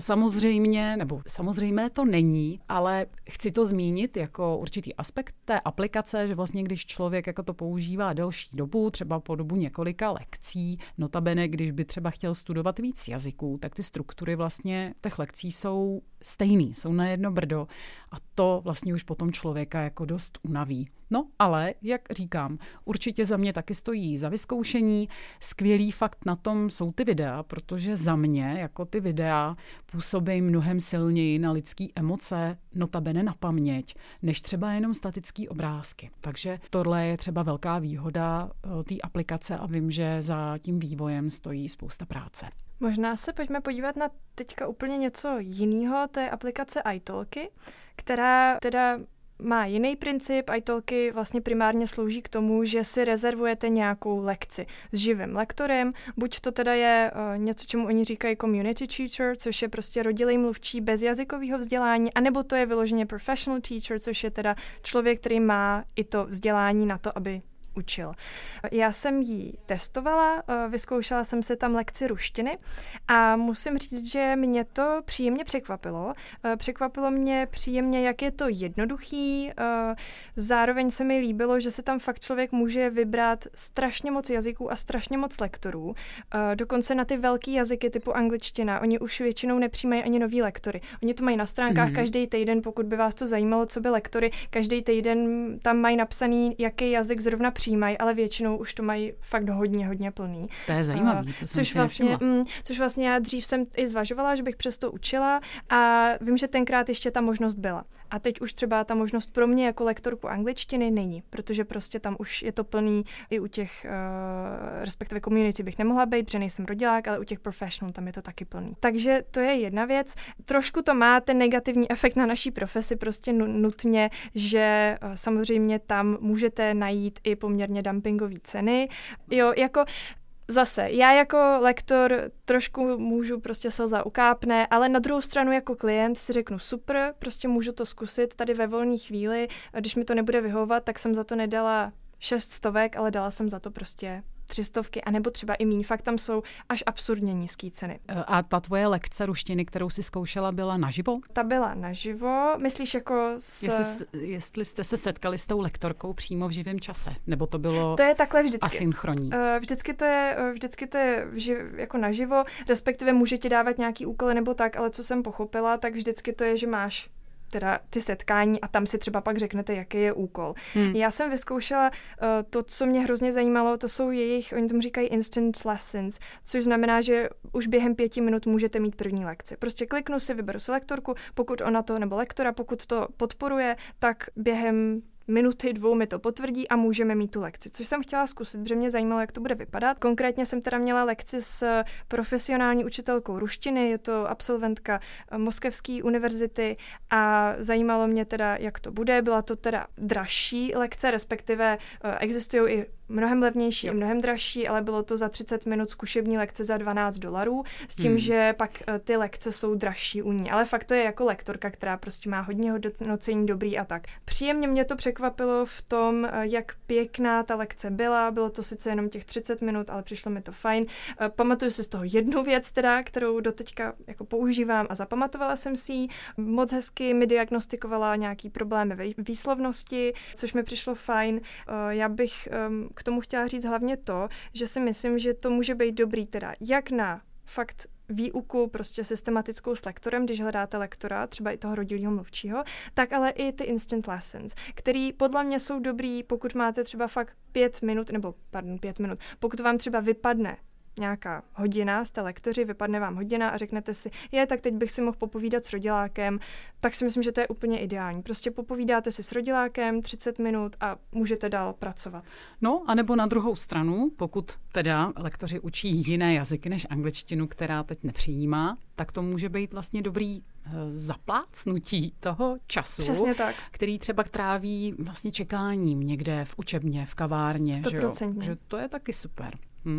Samozřejmě to není, ale chci to zmínit jako určitý aspekt té aplikace, že vlastně když člověk jako to používá delší dobu, třeba po dobu několika lekcí, notabene, když by třeba chtěl studovat víc jazyků, tak ty struktury vlastně těch lekcí jsou stejný, jsou na jedno brdo a to vlastně už potom člověka jako dost unaví. No, ale, jak říkám, určitě za mě taky stojí za vyzkoušení. Skvělý fakt na tom jsou ty videa, protože za mě jako ty videa působí mnohem silněji na lidský emoce, notabene na paměť, než třeba jenom statický obrázky. Takže tohle je třeba velká výhoda té aplikace a vím, že za tím vývojem stojí spousta práce.
Možná se pojďme podívat na teďka úplně něco jiného, to je aplikace iTalki, která teda má jiný princip. iTalki vlastně primárně slouží k tomu, že si rezervujete nějakou lekci s živým lektorem, buď to teda je něco, čemu oni říkají community teacher, což je prostě rodilý mluvčí bez jazykového vzdělání, anebo to je vyloženě professional teacher, což je teda člověk, který má i to vzdělání na to, aby učil. Já jsem ji testovala, vyzkoušela jsem si tam lekci ruštiny a musím říct, že mě to příjemně překvapilo. Překvapilo mě příjemně, jak je to jednoduchý, zároveň se mi líbilo, že se tam fakt člověk může vybrat strašně moc jazyků a strašně moc lektorů. Dokonce na ty velký jazyky typu angličtina, oni už většinou nepřijímají ani nový lektory. Oni to mají na stránkách každý týden, pokud by vás to zajímalo, co by lektory, každý týden tam mají napsaný, jaký jazyk zrovna přijímají, ale většinou už to mají fakt hodně plný.
To je zajímavý, to jsem si nevšimla.
Což vlastně já dřív jsem i zvažovala, že bych přesto učila a vím, že tenkrát ještě ta možnost byla. A teď už třeba ta možnost pro mě jako lektorku angličtiny není, protože prostě tam už je to plný i u těch, respektive community bych nemohla být, protože nejsem rodilák, ale u těch professional tam je to taky plný. Takže to je jedna věc. Trošku to má ten negativní efekt na naší profesi prostě nutně, že samozřejmě tam můžete najít i poměrně dumpingové ceny. Jo, jako zase, já jako lektor trošku můžu prostě slza ukápne, ale na druhou stranu jako klient si řeknu super, prostě můžu to zkusit tady ve volné chvíli, když mi to nebude vyhovovat, tak jsem za to nedala 600, ale dala jsem za to prostě 300, anebo třeba i míň. Fakt tam jsou až absurdně nízké ceny.
A ta tvoje lekce ruštiny, kterou si zkoušela, byla naživo?
Ta byla naživo. Myslíš jako
Jestli jste se setkali s tou lektorkou přímo v živém čase? Nebo to bylo
to je takhle vždycky
asynchronní?
Vždycky to je jako naživo, respektive může ti dávat nějaký úkoly nebo tak, ale co jsem pochopila, tak vždycky to je, že máš teda ty setkání a tam si třeba pak řeknete, jaký je úkol. Já jsem vyzkoušela to, co mě hrozně zajímalo, to jsou oni tomu říkají instant lessons, což znamená, že už během 5 minut můžete mít první lekci. Prostě kliknu si, vyberu si lektorku, pokud ona to, nebo lektora, pokud to podporuje, tak během minuty, 2 mi to potvrdí a můžeme mít tu lekci, což jsem chtěla zkusit, protože mě zajímalo, jak to bude vypadat. Konkrétně jsem teda měla lekci s profesionální učitelkou ruštiny, je to absolventka Moskevské univerzity a zajímalo mě teda, jak to bude. Byla to teda dražší lekce, respektive existují i mnohem levnější i mnohem dražší, ale bylo to za 30 minut zkušební lekce za $12, s tím, že pak ty lekce jsou dražší u ní. Ale fakt to je jako lektorka, která prostě má hodně hodnocení dobrý a tak. Příjemně mě to překvapilo v tom, jak pěkná ta lekce byla. Bylo to sice jenom těch 30 minut, ale přišlo mi to fajn. Pamatuju si z toho jednu věc teda, kterou doteďka jako používám a zapamatovala jsem si ji. Moc hezky mi diagnostikovala nějaký problémy ve výslovnosti, což mi přišlo fajn. Já bych k tomu chtěla říct hlavně to, že si myslím, že to může být dobrý teda jak na fakt výuku prostě systematickou s lektorem, když hledáte lektora, třeba i toho rodilého mluvčího, tak ale i ty instant lessons, který podle mě jsou dobrý, pokud máte třeba fakt 5 minut, pokud vám třeba vypadne nějaká hodina, jste lektoři, vypadne vám hodina a řeknete si, tak teď bych si mohl popovídat s rodilákem, tak si myslím, že to je úplně ideální. Prostě popovídáte si s rodilákem 30 minut a můžete dál pracovat.
No, anebo na druhou stranu, pokud teda lektoři učí jiné jazyky než angličtinu, která teď nepřijímá, tak to může být vlastně dobrý zaplácnutí toho času,
přesně tak,
který třeba tráví vlastně čekáním někde v učebně, v kavárně.
100%.
Že to je taky super.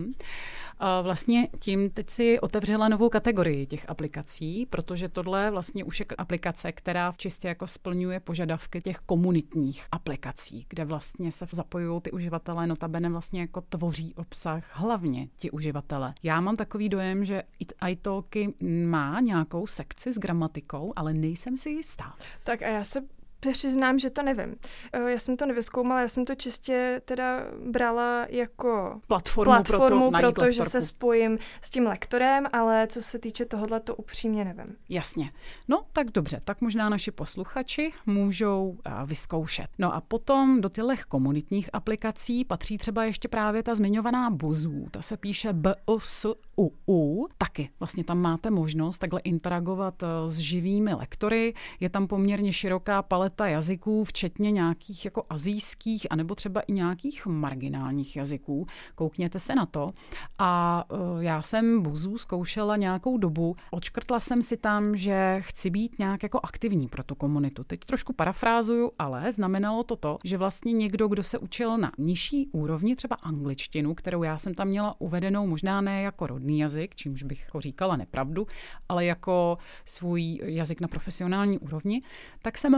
A vlastně tím teď si otevřela novou kategorii těch aplikací, protože tohle vlastně už je aplikace, která čistě jako splňuje požadavky těch komunitních aplikací, kde vlastně se zapojují ty uživatelé, notabene vlastně jako tvoří obsah hlavně ti uživatelé. Já mám takový dojem, že italki má nějakou sekci s gramatikou, ale nejsem si jistá.
Tak a já se přiznám, že to nevím. Já jsem to nevyzkoumala, já jsem to čistě teda brala jako platformu protože se spojím s tím lektorem, ale co se týče tohohle, to upřímně nevím.
Jasně. No, tak dobře, tak možná naši posluchači můžou vyzkoušet. No a potom do těch komunitních aplikací patří třeba ještě právě ta zmiňovaná Buzů. Ta se píše BUSUU. Taky vlastně tam máte možnost takhle interagovat s živými lektory. Je tam poměrně široká paleta jazyků, včetně nějakých jako asijských, anebo třeba i nějakých marginálních jazyků. Koukněte se na to. A já jsem Buzu zkoušela nějakou dobu. Odškrtla jsem si tam, že chci být nějak jako aktivní pro tu komunitu. Teď trošku parafrázuju, ale znamenalo to, že vlastně někdo, kdo se učil na nižší úrovni, třeba angličtinu, kterou já jsem tam měla uvedenou možná ne jako rodný jazyk, čímž bych jako říkala nepravdu, ale jako svůj jazyk na profesionální úrovni, tak jsem mohla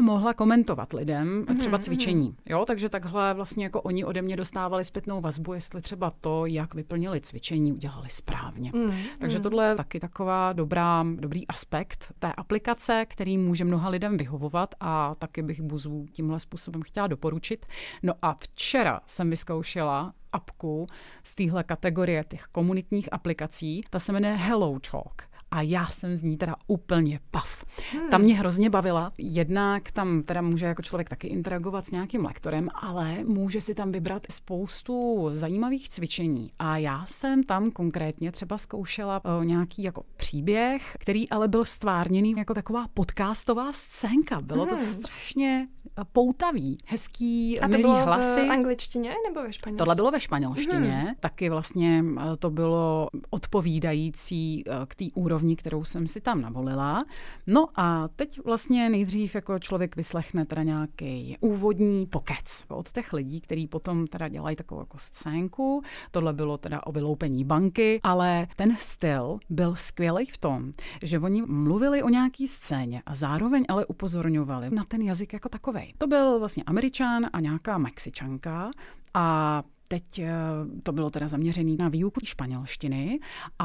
komentovat lidem třeba cvičení. Jo, takže takhle vlastně jako oni ode mě dostávali zpětnou vazbu, jestli třeba to, jak vyplnili cvičení, udělali správně. Takže tohle je taky taková dobrý aspekt té aplikace, který může mnoha lidem vyhovovat a taky bych Buzu tímhle způsobem chtěla doporučit. No a včera jsem vyzkoušela apku z téhle kategorie těch komunitních aplikací. Ta se jmenuje Hello Talk. A já jsem z ní teda úplně pav. Ta mě hrozně bavila. Jednak tam teda může jako člověk taky interagovat s nějakým lektorem, ale může si tam vybrat spoustu zajímavých cvičení. A já jsem tam konkrétně třeba zkoušela nějaký jako příběh, který ale byl stvárněný jako taková podcastová scénka. Bylo to strašně poutavý, hezký, milý hlasy.
A to bylo v angličtině nebo ve španělštině?
Tohle bylo ve španělštině. Taky vlastně to bylo odpovídající k té úrovni, kterou jsem si tam navolila. No a teď vlastně nejdřív jako člověk vyslechne teda nějaký úvodní pokec od těch lidí, kteří potom teda dělají takovou jako scénku. Tohle bylo teda o vyloupení banky, ale ten styl byl skvělý v tom, že oni mluvili o nějaký scéně a zároveň ale upozorňovali na ten jazyk jako takovej. To byl vlastně Američan a nějaká Mexičanka a teď to bylo teda zaměřené na výuku španělštiny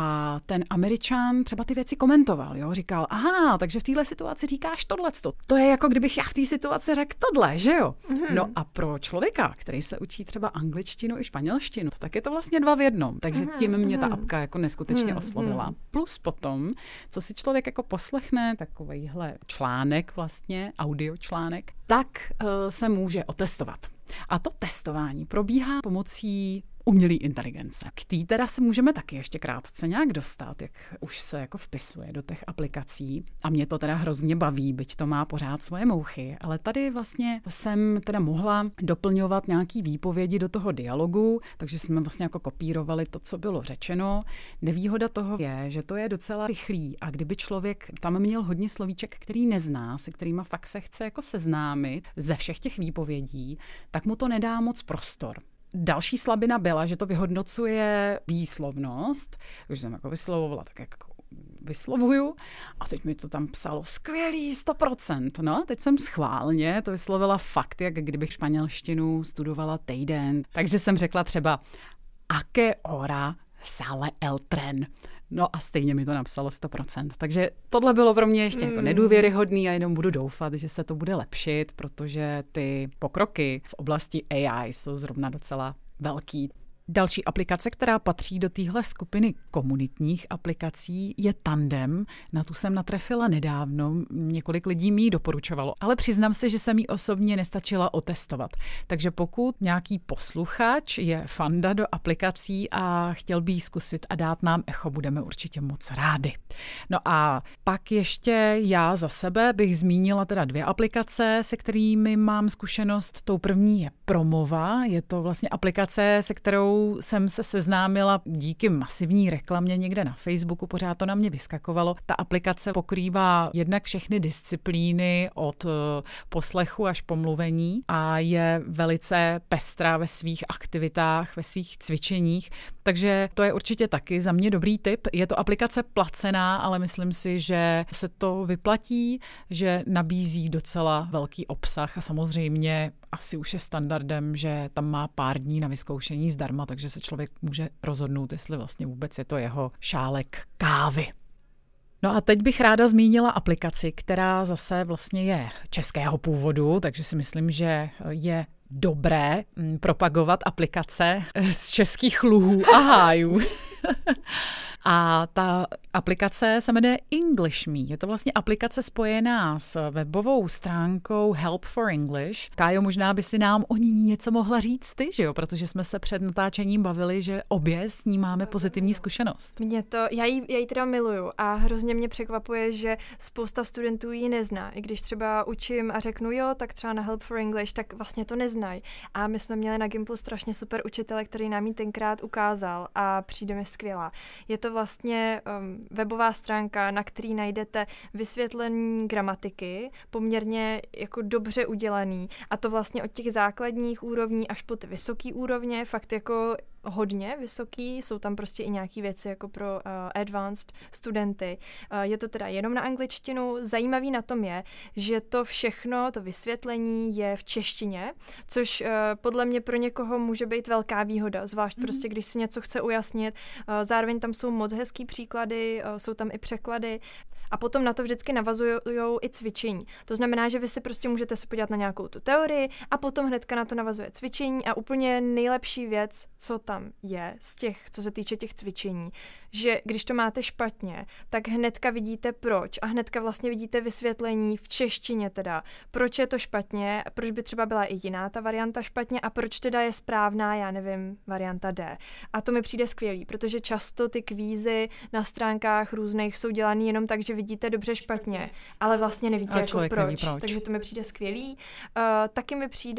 a ten Američan třeba ty věci komentoval, jo, říkal, aha, takže v téhle situaci říkáš tohleto. To je jako kdybych já v té situaci řekl tohle, že jo? No a pro člověka, který se učí třeba angličtinu i španělštinu, tak je to vlastně 2 v 1. Takže tím mě ta apka jako neskutečně oslovila. Plus potom, co si člověk jako poslechne, takovejhle článek vlastně, audio článek, tak se může otestovat. A to testování probíhá pomocí umělé inteligence. K té teda se můžeme taky ještě krátce nějak dostat, jak už se jako vpisuje do těch aplikací. A mě to teda hrozně baví, byť to má pořád svoje mouchy. Ale tady vlastně jsem teda mohla doplňovat nějaký výpovědi do toho dialogu, takže jsme vlastně jako kopírovali to, co bylo řečeno. Nevýhoda toho je, že to je docela rychlý a kdyby člověk tam měl hodně slovíček, který nezná, se kterýma fakt se chce jako seznámit ze všech těch výpovědí, tak mu to nedá moc prostor. Další slabina byla, že to vyhodnocuje výslovnost, už jsem jako vyslovovala, tak jak vyslovuju a teď mi to tam psalo skvělý 100%. No, teď jsem schválně to vyslovila fakt, jak kdybych španělštinu studovala týden. Takže jsem řekla třeba a qué hora sale el tren. No a stejně mi to napsalo 100%. Takže tohle bylo pro mě ještě jako nedůvěryhodný a jenom budu doufat, že se to bude lepšit, protože ty pokroky v oblasti AI jsou zrovna docela velký. Další aplikace, která patří do téhle skupiny komunitních aplikací, je Tandem. Na tu jsem natrefila nedávno, několik lidí mi ji doporučovalo, ale přiznám se, že jsem ji osobně nestačila otestovat. Takže pokud nějaký posluchač je fanda do aplikací a chtěl by ji zkusit a dát nám echo, budeme určitě moc rádi. No a pak ještě já za sebe bych zmínila teda 2 aplikace, se kterými mám zkušenost. Tou první je Promova, je to vlastně aplikace, se kterou jsem se seznámila díky masivní reklamě někde na Facebooku, pořád to na mě vyskakovalo. Ta aplikace pokrývá jednak všechny disciplíny od poslechu až po mluvení a je velice pestrá ve svých aktivitách, ve svých cvičeních, takže to je určitě taky za mě dobrý tip. Je to aplikace placená, ale myslím si, že se to vyplatí, že nabízí docela velký obsah a samozřejmě asi už je standardem, že tam má pár dní na vyzkoušení zdarma, takže se člověk může rozhodnout, jestli vlastně vůbec je to jeho šálek kávy. No a teď bych ráda zmínila aplikaci, která zase vlastně je českého původu, takže si myslím, že je dobré propagovat aplikace z českých luhů a hájů. A ta aplikace se jmenuje EnglishMe. Je to vlastně aplikace spojená s webovou stránkou Help for English. Kájo, možná by si nám o ní něco mohla říct ty, že jo? Protože jsme se před natáčením bavili, že obě s ní máme pozitivní zkušenost.
Já ji teda miluju a hrozně mě překvapuje, že spousta studentů ji nezná. I když třeba učím a řeknu jo, tak třeba na Help for English, tak vlastně to neznají. A my jsme měli na Gimplu strašně super učitele, který nám ji tenkrát ukázal a přijde mi skvělá. Je to vlastně webová stránka, na který najdete vysvětlení gramatiky, poměrně jako dobře udělaný, a to vlastně od těch základních úrovní až po ty vysoké úrovně, fakt jako hodně vysoký, jsou tam prostě i nějaké věci jako pro advanced studenty. Je to teda jenom na angličtinu. Zajímavý na tom je, že to všechno, to vysvětlení je v češtině, což podle mě pro někoho může být velká výhoda, zvlášť prostě, když si něco chce ujasnit. Zároveň tam jsou moc hezký příklady, jsou tam i překlady a potom na to vždycky navazují i cvičení. To znamená, že vy si prostě můžete se podívat na nějakou tu teorii a potom hnedka na to navazuje cvičení a úplně nejlepší věc, co tam je z těch, co se týče těch cvičení, že když to máte špatně, tak hnedka vidíte proč a hnedka vlastně vidíte vysvětlení v češtině teda, proč je to špatně, proč by třeba byla i jiná ta varianta špatně a proč teda je správná, já nevím, varianta D. A to mi přijde skvělý, protože často ty kvízy na stránkách různých jsou dělaný jenom tak, že vidíte dobře špatně, ale vlastně nevíte jako proč. Takže to mi přijde skvělý. Taky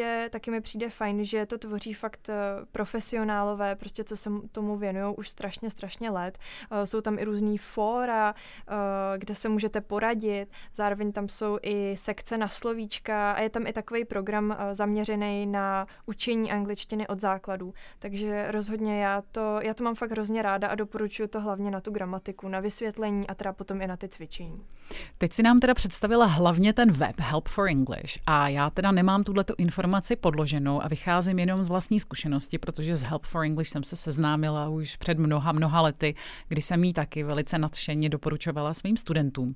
mi přijde fajn, že to tvoří fakt profesionálové, prostě co se tomu věnují už strašně let. Jsou tam i různý fóra, kde se můžete poradit, zároveň tam jsou i sekce na slovíčka a je tam i takový program zaměřený na učení angličtiny od základů. Takže rozhodně já to mám fakt hrozně ráda a doporučuji to hlavně na tu gramatiku, na vysvětlení a teda potom i na ty cvičení.
Teď si nám teda představila hlavně ten web Help for English a já teda nemám tuhletu informaci podloženou a vycházím jenom z vlastní zkušenosti, protože s Help for English jsem se seznámila už před mnoha lety, kdy jsem jí taky velice nadšeně doporučovala svým studentům.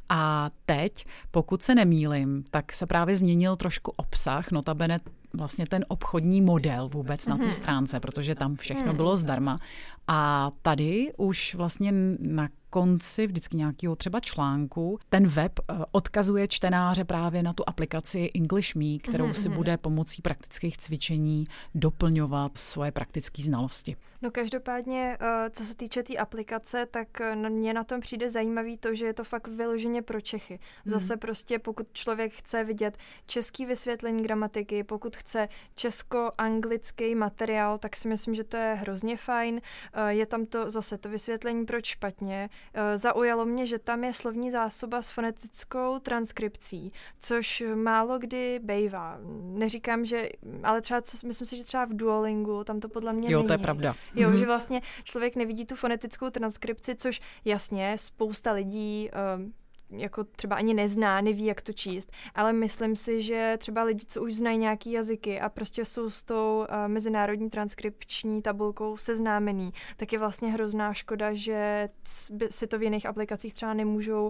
A teď, pokud se nemýlim, tak se právě změnil trošku obsah, notabene vlastně ten obchodní model vůbec na té stránce, protože tam všechno bylo zdarma. A tady už vlastně na konci vždycky nějakého třeba článku ten web odkazuje čtenáře právě na tu aplikaci English Me, kterou si bude pomocí praktických cvičení doplňovat svoje praktické znalosti.
No každopádně, co se týče té aplikace, tak mně na tom přijde zajímavý to, že je to fakt vyloženě pro Čechy. Zase prostě pokud člověk chce vidět český vysvětlení gramatiky, pokud chce česko-anglický materiál, tak si myslím, že to je hrozně fajn. Je tam to zase to vysvětlení proč špatně. Zaujalo mě, že tam je slovní zásoba s fonetickou transkripcí, což málo kdy bejvá. Neříkám, že, ale třeba, myslím si, že třeba v Duolingu tam to podle mě není.
To je pravda.
Jo, že vlastně člověk nevidí tu fonetickou transkripci, což jasně spousta lidí jako třeba ani nezná, neví, jak to číst, ale myslím si, že třeba lidi, co už znají nějaký jazyky a prostě jsou s tou mezinárodní transkripční tabulkou seznámený, tak je vlastně hrozná škoda, že si to v jiných aplikacích třeba nemůžou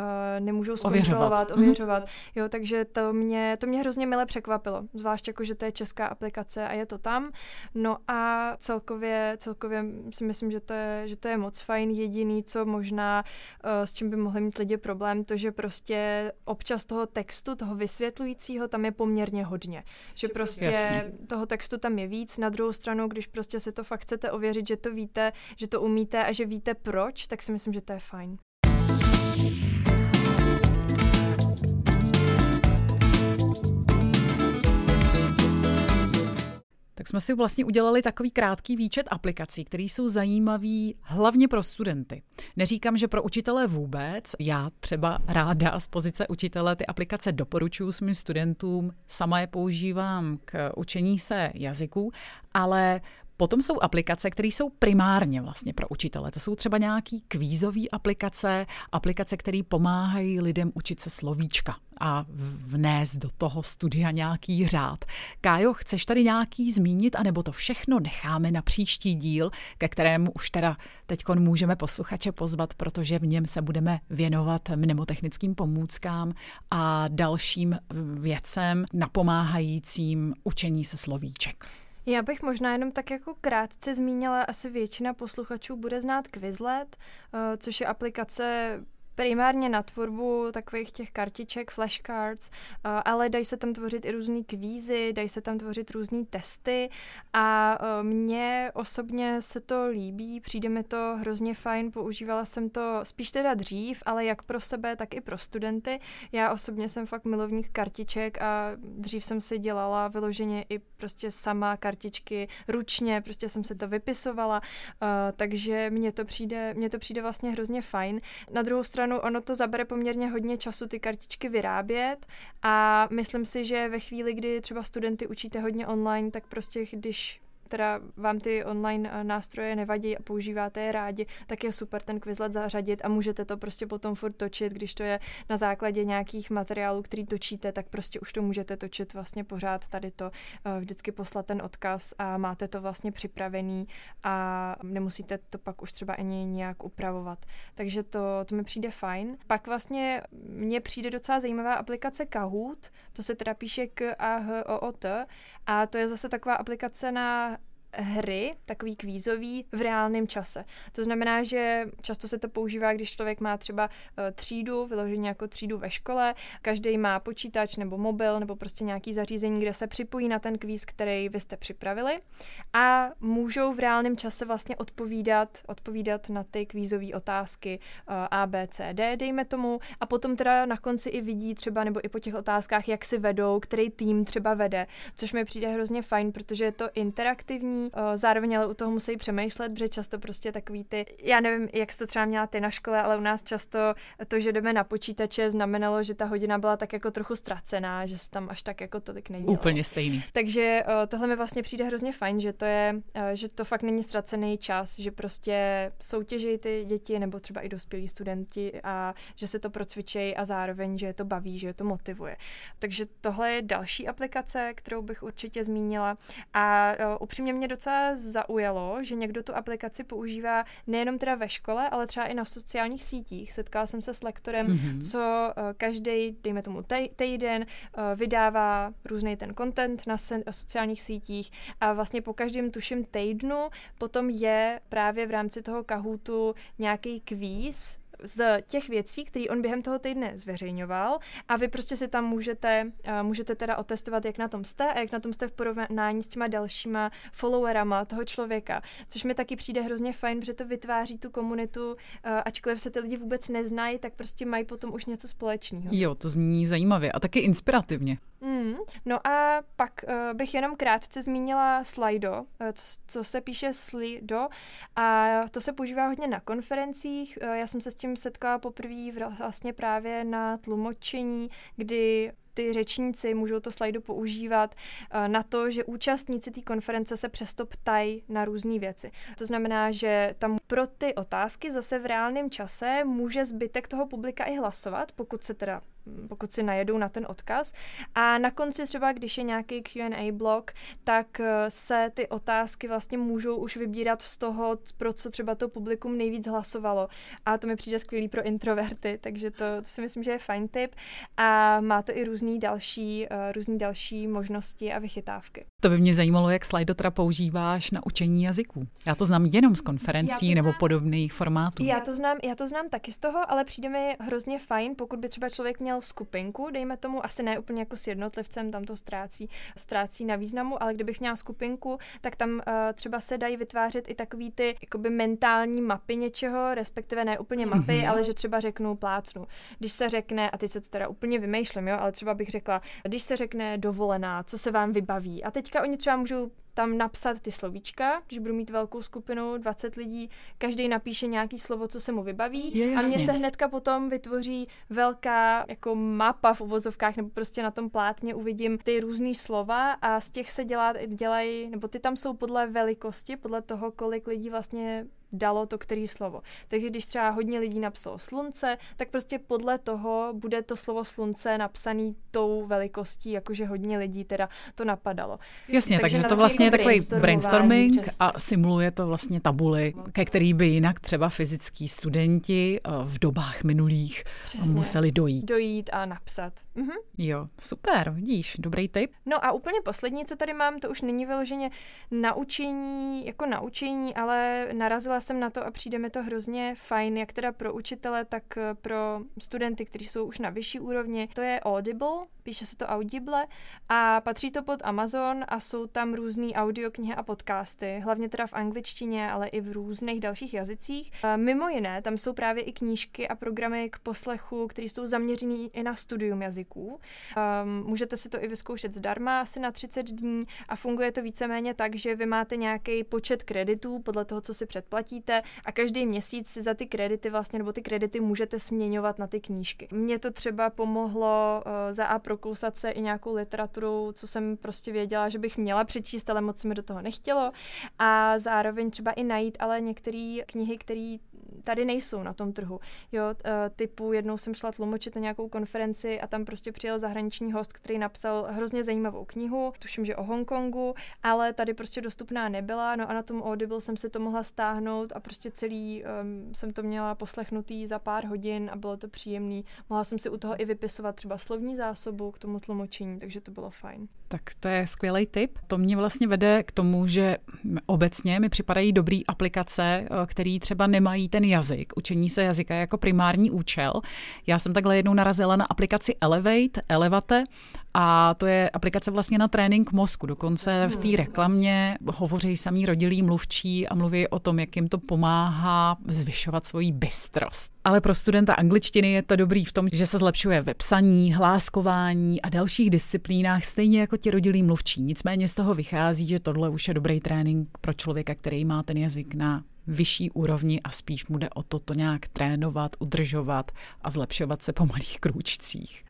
zkontrolovat, ověřovat. Jo, takže to mě hrozně mile překvapilo, zvlášť jako, že to je česká aplikace a je to tam. No a celkově si myslím, že to je moc fajn. Jediný, co možná s čím by mohli mít lidi problém, to, že prostě občas toho textu, toho vysvětlujícího tam je poměrně hodně. Že prostě toho textu tam je víc. Na druhou stranu, když prostě si to fakt chcete ověřit, že to víte, že to umíte a že víte proč, tak si myslím, že to je fajn.
Tak jsme si vlastně udělali takový krátký výčet aplikací, které jsou zajímavý hlavně pro studenty. Neříkám, že pro učitele vůbec. Já třeba ráda z pozice učitele ty aplikace doporučuji svým studentům, sama je používám k učení se jazyků, ale potom jsou aplikace, které jsou primárně vlastně pro učitele. To jsou třeba nějaký kvízové aplikace, které pomáhají lidem učit se slovíčka a vnést do toho studia nějaký řád. Kájo, chceš tady nějaký zmínit, anebo to všechno necháme na příští díl, ke kterému už teda teďkon můžeme posluchače pozvat, protože v něm se budeme věnovat mnemotechnickým pomůckám a dalším věcem napomáhajícím učení se slovíček.
Já bych možná jenom tak jako krátce zmínila, asi většina posluchačů bude znát Quizlet, což je aplikace primárně na tvorbu takových těch kartiček, flashcards, ale dají se tam tvořit i různý kvízy, dají se tam tvořit různý testy a mně osobně se to líbí, přijde mi to hrozně fajn, používala jsem to spíš teda dřív, ale jak pro sebe, tak i pro studenty. Já osobně jsem fakt milovník kartiček a dřív jsem si dělala vyloženě i prostě sama kartičky ručně, prostě jsem si to vypisovala, takže mně to přijde vlastně hrozně fajn. Na druhou stranu ono to zabere poměrně hodně času ty kartičky vyrábět a myslím si, že ve chvíli, kdy třeba studenty učíte hodně online, tak prostě když teda vám ty online nástroje nevadí a používáte je rádi, tak je super ten Quizlet zařadit a můžete to prostě potom furt točit, když to je na základě nějakých materiálů, který točíte, tak prostě už to můžete točit vlastně pořád tady to, vždycky poslat ten odkaz a máte to vlastně připravený a nemusíte to pak už třeba ani nějak upravovat. Takže to mi přijde fajn. Pak vlastně mně přijde docela zajímavá aplikace Kahoot, to se teda píše K-A-H-O-O-T a to je zase taková aplikace na hry, takový kvízový v reálném čase. To znamená, že často se to používá, když člověk má třeba třídu, vyloženě jako třídu ve škole, každý má počítač nebo mobil nebo prostě nějaký zařízení, kde se připojí na ten kvíz, který vy jste připravili a můžou v reálném čase vlastně odpovídat na ty kvízové otázky A, B, C, D, dejme tomu, a potom teda na konci i vidí třeba nebo i po těch otázkách, jak si vedou, který tým třeba vede, což mi přijde hrozně fajn, protože je to interaktivní, zároveň ale u toho musí přemýšlet, protože často prostě takový ty, já nevím, jak jsi to třeba měla ty na škole, ale u nás často to, že jdeme na počítače, znamenalo, že ta hodina byla tak jako trochu ztracená, že se tam až tak jako tolik nedělalo.
Úplně stejný.
Takže tohle mi vlastně přijde hrozně fajn, že to fakt není ztracený čas, že prostě soutěží ty děti nebo třeba i dospělí studenti a že se to procvičejí a zároveň, že je to baví, že je to motivuje. Takže tohle je další aplikace, kterou bych určitě zmínila a upřímně mě docela zaujalo, že někdo tu aplikaci používá nejenom teda ve škole, ale třeba i na sociálních sítích. Setkala jsem se s lektorem, co každý, dejme tomu týden, vydává různý ten content na sociálních sítích a vlastně po každém tuším týdnu potom je právě v rámci toho Kahootu nějaký kvíz z těch věcí, které on během toho týdne zveřejňoval a vy prostě si tam můžete teda otestovat, jak na tom jste a jak na tom jste v porovnání s těma dalšíma followerama toho člověka, což mi taky přijde hrozně fajn, protože to vytváří tu komunitu, ačkoliv se ty lidi vůbec neznají, tak prostě mají potom už něco společného.
Jo, to zní zajímavě a taky inspirativně.
No a pak bych jenom krátce zmínila Slido, co se píše Slido a to se používá hodně na konferencích. Já jsem se s tím setkala poprvé vlastně právě na tlumočení, kdy ty řečníci můžou to Slido používat na to, že účastníci té konference se přesto ptají na různé věci. To znamená, že tam pro ty otázky zase v reálném čase může zbytek toho publika i hlasovat, pokud si najedou na ten odkaz. A na konci třeba, když je nějaký Q&A blok, tak se ty otázky vlastně můžou už vybírat z toho, pro co třeba to publikum nejvíc hlasovalo. A to mi přijde skvělý pro introverty, takže to si myslím, že je fajn tip. A má to i různý další možnosti a vychytávky.
To by mě zajímalo, jak Slido teda používáš na učení jazyků. Já to znám jenom z konferencí nebo podobných formátů.
Já to znám taky z toho, ale přijde mi hrozně fajn, pokud by třeba člověk měl skupinku, dejme tomu, asi ne úplně jako s jednotlivcem, tam to ztrácí na významu, ale kdybych měla skupinku, tak tam třeba se dají vytvářet i takový ty jakoby mentální mapy něčeho, respektive ne úplně mapy, ale že třeba řeknu plácnu. Když se řekne, a teď se to teda úplně vymýšlím, jo, ale třeba bych řekla, když se řekne dovolená, co se vám vybaví. A teďka oni třeba můžou tam napsat ty slovíčka, když budu mít velkou skupinu, 20 lidí, každý napíše nějaký slovo, co se mu vybaví a mně se hnedka potom vytvoří velká jako mapa v uvozovkách, nebo prostě na tom plátně uvidím ty různý slova a z těch se dělají, nebo ty tam jsou podle velikosti, podle toho, kolik lidí vlastně dalo to který slovo. Takže když třeba hodně lidí napsalo slunce, tak prostě podle toho bude to slovo slunce napsaný tou velikostí, jakože hodně lidí teda to napadalo.
Jasně, takže to vlastně je takový brainstorming a simuluje to vlastně tabuly, ke který by jinak třeba fyzický studenti v dobách minulých museli dojít
a napsat.
Jo, super, vidíš, dobrý tip.
No a úplně poslední, co tady mám, to už není vyloženě naučení, ale narazila jsem na to a přijde mi to hrozně fajn, jak teda pro učitele, tak pro studenty, kteří jsou už na vyšší úrovni. To je Audible, píše se to Audible a patří to pod Amazon a jsou tam různý audioknihy a podcasty, hlavně teda v angličtině, ale i v různých dalších jazycích. Mimo jiné, tam jsou právě i knížky a programy k poslechu, které jsou zaměřený i na studium jazyků. Můžete si to i vyzkoušet zdarma asi na 30 dní a funguje to víceméně tak, že vy máte nějaký počet kreditů podle toho, co si předplatíte zaplatíte a každý měsíc si za ty kredity vlastně, nebo ty kredity můžete směňovat na ty knížky. Mně to třeba pomohlo za A prokousat se i nějakou literaturou, co jsem prostě věděla, že bych měla přečíst, ale moc mi do toho nechtělo. A zároveň třeba i najít ale některé knihy, které tady nejsou na tom trhu. Jo, typu jednou jsem šla tlumočit na nějakou konferenci a tam prostě přijel zahraniční host, který napsal hrozně zajímavou knihu, tuším, že o Hongkongu, ale tady prostě dostupná nebyla, no a na tom Audible jsem si to mohla stáhnout a prostě celý jsem to měla poslechnutý za pár hodin a bylo to příjemný. Mohla jsem si u toho i vypisovat třeba slovní zásobu k tomu tlumočení, takže to bylo fajn.
Tak to je skvělý tip. To mě vlastně vede k tomu, že obecně mi připadají dobrý aplikace, které třeba nemají ten jazyk, učení se jazyka jako primární účel. Já jsem takhle jednou narazila na aplikaci Elevate a to je aplikace vlastně na trénink mozku. Dokonce v té reklamě hovoří samý rodilí mluvčí a mluví o tom, jak jim to pomáhá zvyšovat svoji bystrost. Ale pro studenta angličtiny je to dobrý v tom, že se zlepšuje ve psaní, hláskování a dalších disciplínách, stejně jako ti rodilí mluvčí. Nicméně z toho vychází, že tohle už je dobrý trénink pro člověka, který má ten jazyk na vyšší úrovni a spíš mu jde o to nějak trénovat, udržovat a zlepšovat se po malých krůčcích.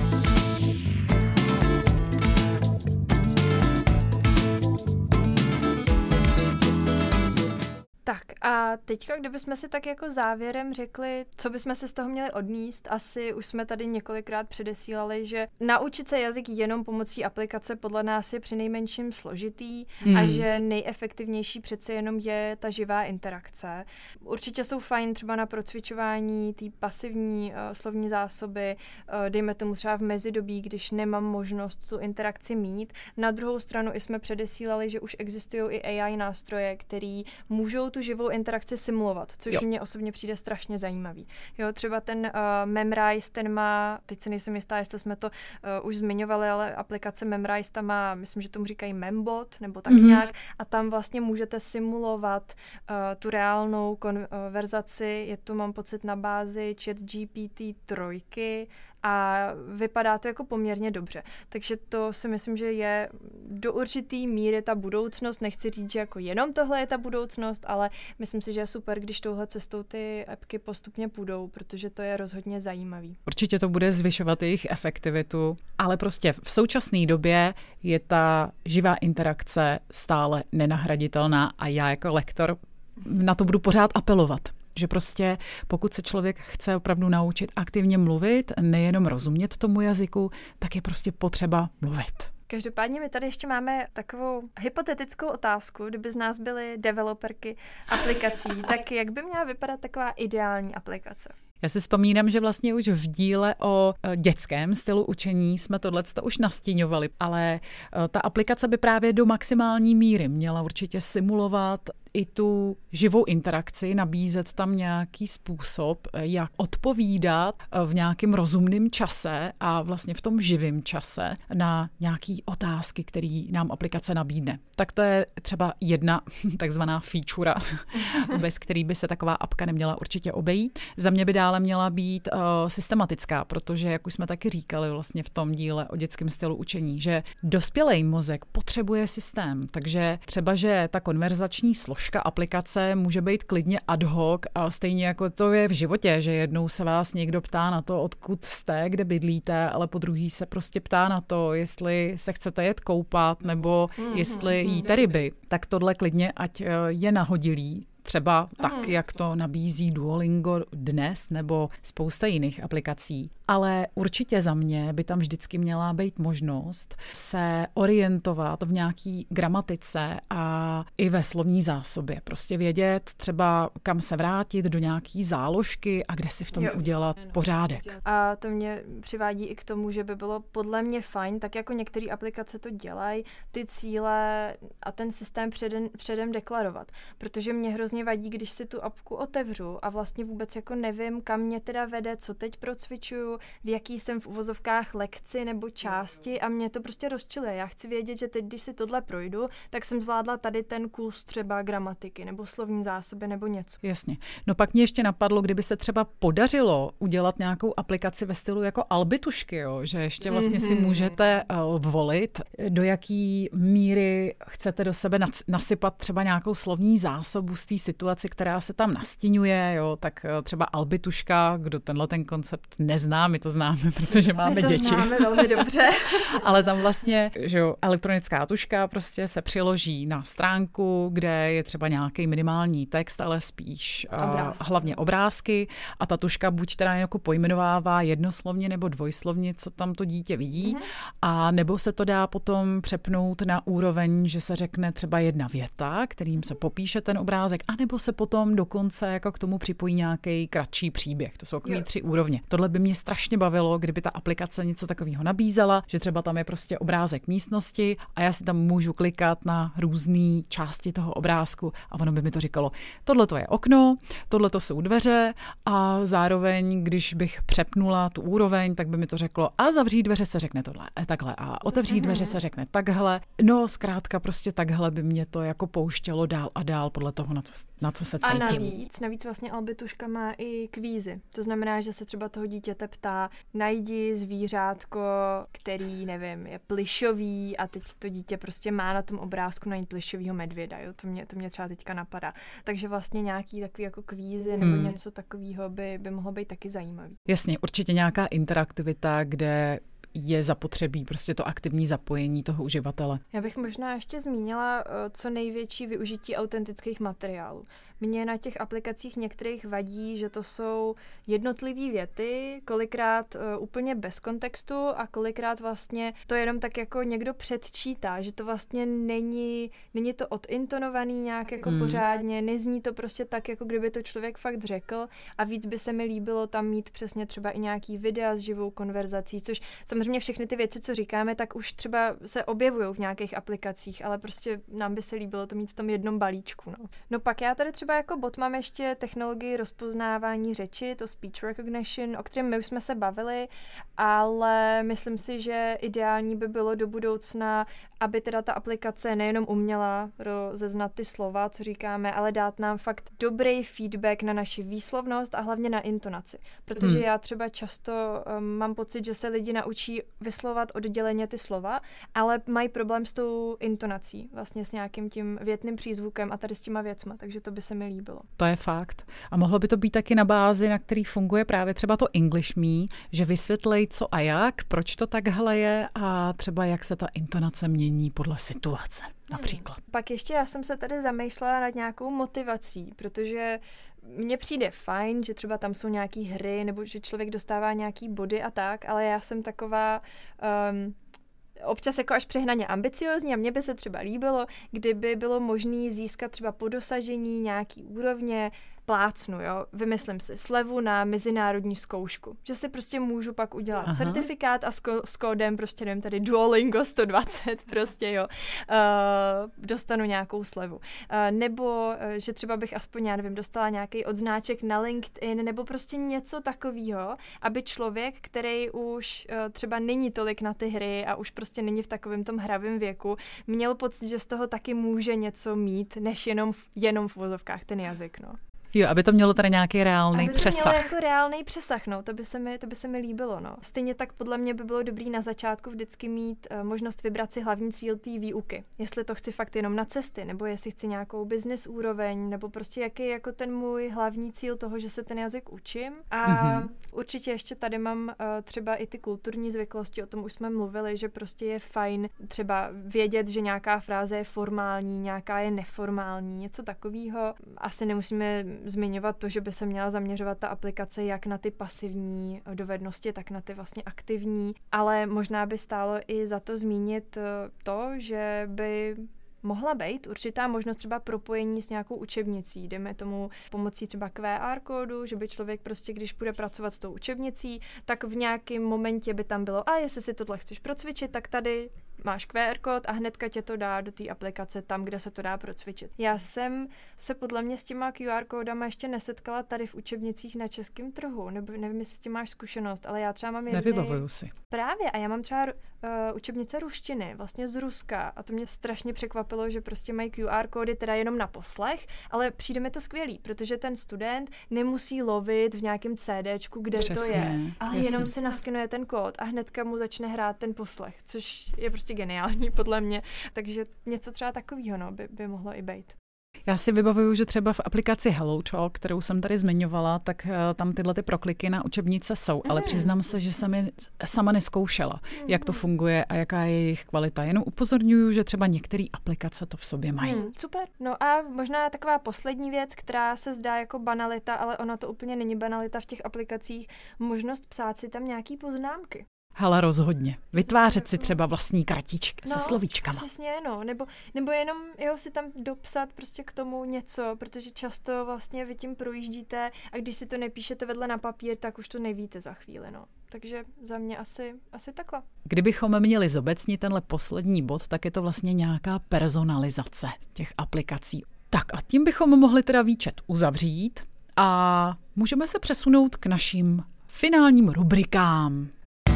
Tak a teďka, kdybychom si tak jako závěrem řekli, co bychom si z toho měli odníst, asi už jsme tady několikrát předesílali, že naučit se jazyk jenom pomocí aplikace podle nás je přinejmenším složitý a že nejefektivnější přece jenom je ta živá interakce. Určitě jsou fajn třeba na procvičování té pasivní slovní zásoby, dejme tomu třeba v mezidobí, když nemám možnost tu interakci mít. Na druhou stranu i jsme předesílali, že už existují i AI nástroje, který můžou tu živou interakci simulovat, což mě osobně přijde strašně zajímavý. Jo, třeba ten Memrise, ten má, teď se nejsem jistá, jestli jsme to už zmiňovali, ale aplikace Memrise tam má, myslím, že tomu říkají Membot, nebo tak nějak, a tam vlastně můžete simulovat tu reálnou konverzaci, je to, mám pocit, na bázi ChatGPT 3 a vypadá to jako poměrně dobře. Takže to si myslím, že je do určitý míry ta budoucnost. Nechci říct, že jako jenom tohle je ta budoucnost, ale myslím si, že je super, když touhle cestou ty appky postupně půjdou, protože to je rozhodně zajímavý.
Určitě to bude zvyšovat jejich efektivitu, ale prostě v současné době je ta živá interakce stále nenahraditelná a já jako lektor na to budu pořád apelovat. Že prostě pokud se člověk chce opravdu naučit aktivně mluvit, nejenom rozumět tomu jazyku, tak je prostě potřeba mluvit.
Každopádně my tady ještě máme takovou hypotetickou otázku, kdyby z nás byly developerky aplikací, tak jak by měla vypadat taková ideální aplikace?
Já si vzpomínám, že vlastně už v díle o dětském stylu učení jsme tohleto už nastíňovali, ale ta aplikace by právě do maximální míry měla určitě simulovat i tu živou interakci, nabízet tam nějaký způsob, jak odpovídat v nějakém rozumném čase a vlastně v tom živém čase na nějaké otázky, které nám aplikace nabídne. Tak to je třeba jedna takzvaná feature, bez který by se taková apka neměla určitě obejít. Za mě by dále měla být systematická, protože, jak už jsme taky říkali vlastně v tom díle o dětském stylu učení, že dospělý mozek potřebuje systém, takže třeba, že ta konverzační složka aplikace může být klidně ad hoc a stejně jako to je v životě, že jednou se vás někdo ptá na to, odkud jste, kde bydlíte, ale po druhý se prostě ptá na to, jestli se chcete jet koupat nebo jestli jíte ryby. Tak tohle klidně, ať je nahodilý. Třeba tak, jak to nabízí Duolingo dnes nebo spousta jiných aplikací. Ale určitě za mě by tam vždycky měla být možnost se orientovat v nějaký gramatice a i ve slovní zásobě. Prostě vědět třeba, kam se vrátit do nějaký záložky a kde si v tom udělat pořádek.
A to mě přivádí i k tomu, že by bylo podle mě fajn, tak jako některé aplikace to dělají, ty cíle a ten systém předem deklarovat. Protože mě hrozně vadí, když si tu apku otevřu a vlastně vůbec jako nevím, kam mě teda vede, co teď procvičuju jako v jaký jsem v uvozovkách lekci nebo části a mě to prostě rozčiluje. Já chci vědět, že teď, když si tohle projdu, tak jsem zvládla tady ten kus třeba gramatiky nebo slovní zásoby nebo něco.
Jasně. No pak mě ještě napadlo, kdyby se třeba podařilo udělat nějakou aplikaci ve stylu jako albitušky, jo? Že ještě vlastně si můžete volit, do jaký míry chcete do sebe nasypat třeba nějakou slovní zásobu z té situaci, která se tam nastíňuje, jo? Tak třeba albituška, kdo tenhle ten koncept nezná, my to známe, protože máme děti.
My to známe velmi dobře.
Ale tam vlastně, že jo, elektronická tuška prostě se přiloží na stránku, kde je třeba nějaký minimální text, ale spíš hlavně obrázky a ta tuška buď teda jako pojmenovává jednoslovně nebo dvojslovně, co tam to dítě vidí, a nebo se to dá potom přepnout na úroveň, že se řekne třeba jedna věta, kterým se popíše ten obrázek, anebo se potom dokonce jako k tomu připojí nějaký kratší příběh. To jsou takové 3 úrovně. Tohle by mě strašně bavilo, kdyby ta aplikace něco takového nabízela, že třeba tam je prostě obrázek místnosti a já si tam můžu klikat na různé části toho obrázku a ono by mi to říkalo, tohle to je okno, tohle to jsou dveře a zároveň, když bych přepnula tu úroveň, tak by mi to řeklo a zavřít dveře se řekne tohle, takhle a otevřít dveře se řekne takhle. No zkrátka prostě takhle by mě to jako pouštělo dál a dál podle toho, na co se cítím.
A navíc vlastně albituška má i kvízy. To znamená, že se třeba toho dítěte ptá, najdi zvířátko, který, nevím, je plyšový a teď to dítě prostě má na tom obrázku najít plyšovýho medvěda. Jo? To mě třeba teďka napadá. Takže vlastně nějaký takový jako kvízy nebo něco takového by mohlo být taky zajímavý.
Jasně, určitě nějaká interaktivita, kde je zapotřebí prostě to aktivní zapojení toho uživatele.
Já bych možná ještě zmínila co největší využití autentických materiálů. Mně na těch aplikacích některých vadí, že to jsou jednotlivé věty, kolikrát úplně bez kontextu a kolikrát vlastně to jenom tak jako někdo předčítá, že to vlastně není to odintonovaný nějak jako pořádně, nezní to prostě tak, jako kdyby to člověk fakt řekl a víc by se mi líbilo tam mít přesně třeba i nějaký videa s živou konverzací, což samozřejmě všechny ty věci, co říkáme, tak už třeba se objevují v nějakých aplikacích, ale prostě nám by se líbilo to mít v tom jednom balíčku. No pak já tady třeba jako bod mám ještě technologii rozpoznávání řeči, to speech recognition, o kterém my už jsme se bavili, ale myslím si, že ideální by bylo do budoucna, aby teda ta aplikace nejenom uměla rozeznat ty slova, co říkáme, ale dát nám fakt dobrý feedback na naši výslovnost a hlavně na intonaci. Protože já třeba často mám pocit, že se lidi naučí vyslovovat odděleně ty slova, ale mají problém s tou intonací, vlastně s nějakým tím větným přízvukem a tady s těma věcma, takže to by se mi líbilo.
To je fakt. A mohlo by to být taky na bázi, na který funguje právě třeba to English Me, že vysvětlej co a jak, proč to takhle je a třeba jak se ta intonace mění podle situace například.
Pak ještě já jsem se tady zamýšlela nad nějakou motivací, protože mně přijde fajn, že třeba tam jsou nějaký hry nebo že člověk dostává nějaký body a tak, ale já jsem taková občas jako až přehnaně ambiciozní a mně by se třeba líbilo, kdyby bylo možné získat třeba po dosažení nějaký úrovně, plácnu, jo, vymyslím si slevu na mezinárodní zkoušku, že si prostě můžu pak udělat certifikát a s kódem prostě nevím, tady Duolingo 120 prostě, jo, dostanu nějakou slevu. Nebo, že třeba bych aspoň, já nevím, dostala nějaký odznáček na LinkedIn, nebo prostě něco takového, aby člověk, který už třeba není tolik na ty hry a už prostě není v takovém tom hravém věku, měl pocit, že z toho taky může něco mít, než jenom v uvozovkách ten jazyk, no.
Jo, aby to mělo tady nějaký reálný přesah.
Aby to mělo jako reálný přesah, no, to by se mi líbilo, no. Stejně tak podle mě by bylo dobrý na začátku vždycky mít možnost vybrat si hlavní cíl té výuky. Jestli to chci fakt jenom na cesty, nebo jestli chci nějakou business úroveň, nebo prostě jaký je jako ten můj hlavní cíl toho, že se ten jazyk učím. A určitě ještě tady mám třeba i ty kulturní zvyklosti, o tom už jsme mluvili, že prostě je fajn třeba vědět, že nějaká fráze je formální, nějaká je neformální, něco takového. Asi nemusíme zmiňovat to, že by se měla zaměřovat ta aplikace jak na ty pasivní dovednosti, tak na ty vlastně aktivní, ale možná by stálo i za to zmínit to, že by mohla být určitá možnost třeba propojení s nějakou učebnicí, dejme tomu pomocí třeba QR kódu, že by člověk prostě, když bude pracovat s tou učebnicí, tak v nějakém momentě by tam bylo, a jestli si tohle chceš procvičit, tak tady máš QR kód a hnedka tě to dá do té aplikace tam, kde se to dá procvičit. Já jsem se podle mě s těma QR kódama ještě nesetkala tady v učebnicích na českém trhu, nebo nevím, jestli s tím máš zkušenost, ale já třeba mám
Nevybavuju si.
Právě, a já mám třeba učebnice ruštiny, vlastně z Ruska, a to mě strašně překvapilo, že prostě mají QR kódy teda jenom na poslech, ale přijde mi to skvělý, protože ten student nemusí lovit v nějakém CDčku, kde
Přesně,
to je, ale
jasně.
jenom si naskenuje ten kód a hnedka mu začne hrát ten poslech, což je prostě geniální podle mě, takže něco třeba takového by mohlo i být.
Já si vybavuju, že třeba v aplikaci HelloTalk, kterou jsem tady zmiňovala, tak tam tyhle ty prokliky na učebnice jsou, ale přiznám se, že jsem je sama neskoušela, jak to funguje a jaká je jejich kvalita. Jenom upozorňuju, že třeba některé aplikace to v sobě mají.
Super. No a možná taková poslední věc, která se zdá jako banalita, ale ona to úplně není banalita v těch aplikacích, možnost psát si tam nějaký poznámky.
Hele, rozhodně. Vytvářet si třeba vlastní kartičky se slovíčkama.
Přesně, no. Nebo jenom si tam dopsat prostě k tomu něco, protože často vlastně vy tím projíždíte a když si to nepíšete vedle na papír, tak už to nevíte za chvíli, no. Takže za mě asi takhle.
Kdybychom měli zobecnit tenhle poslední bod, tak je to vlastně nějaká personalizace těch aplikací. Tak a tím bychom mohli teda výčet uzavřít a můžeme se přesunout k našim finálním rubrikám.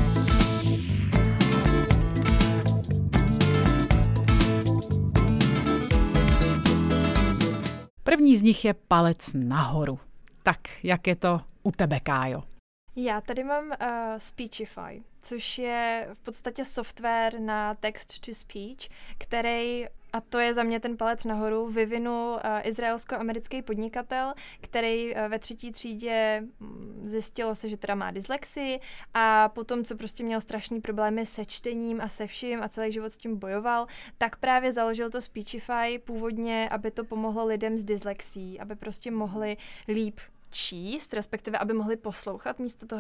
První z nich je palec nahoru. Tak, jak je to u tebe, Kájo?
Já tady mám Speechify, což je v podstatě software na text-to-speech, který, a to je za mě ten palec nahoru, vyvinul izraelsko-americký podnikatel, který ve 3. třídě zjistilo se, že teda má dyslexii a potom, co prostě měl strašný problémy se čtením a se vším a celý život s tím bojoval, tak právě založil to Speechify původně, aby to pomohlo lidem s dyslexií, aby prostě mohli líp číst, respektive aby mohli poslouchat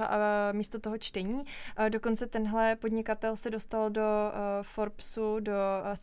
místo toho čtení. Dokonce tenhle podnikatel se dostal do Forbesu, do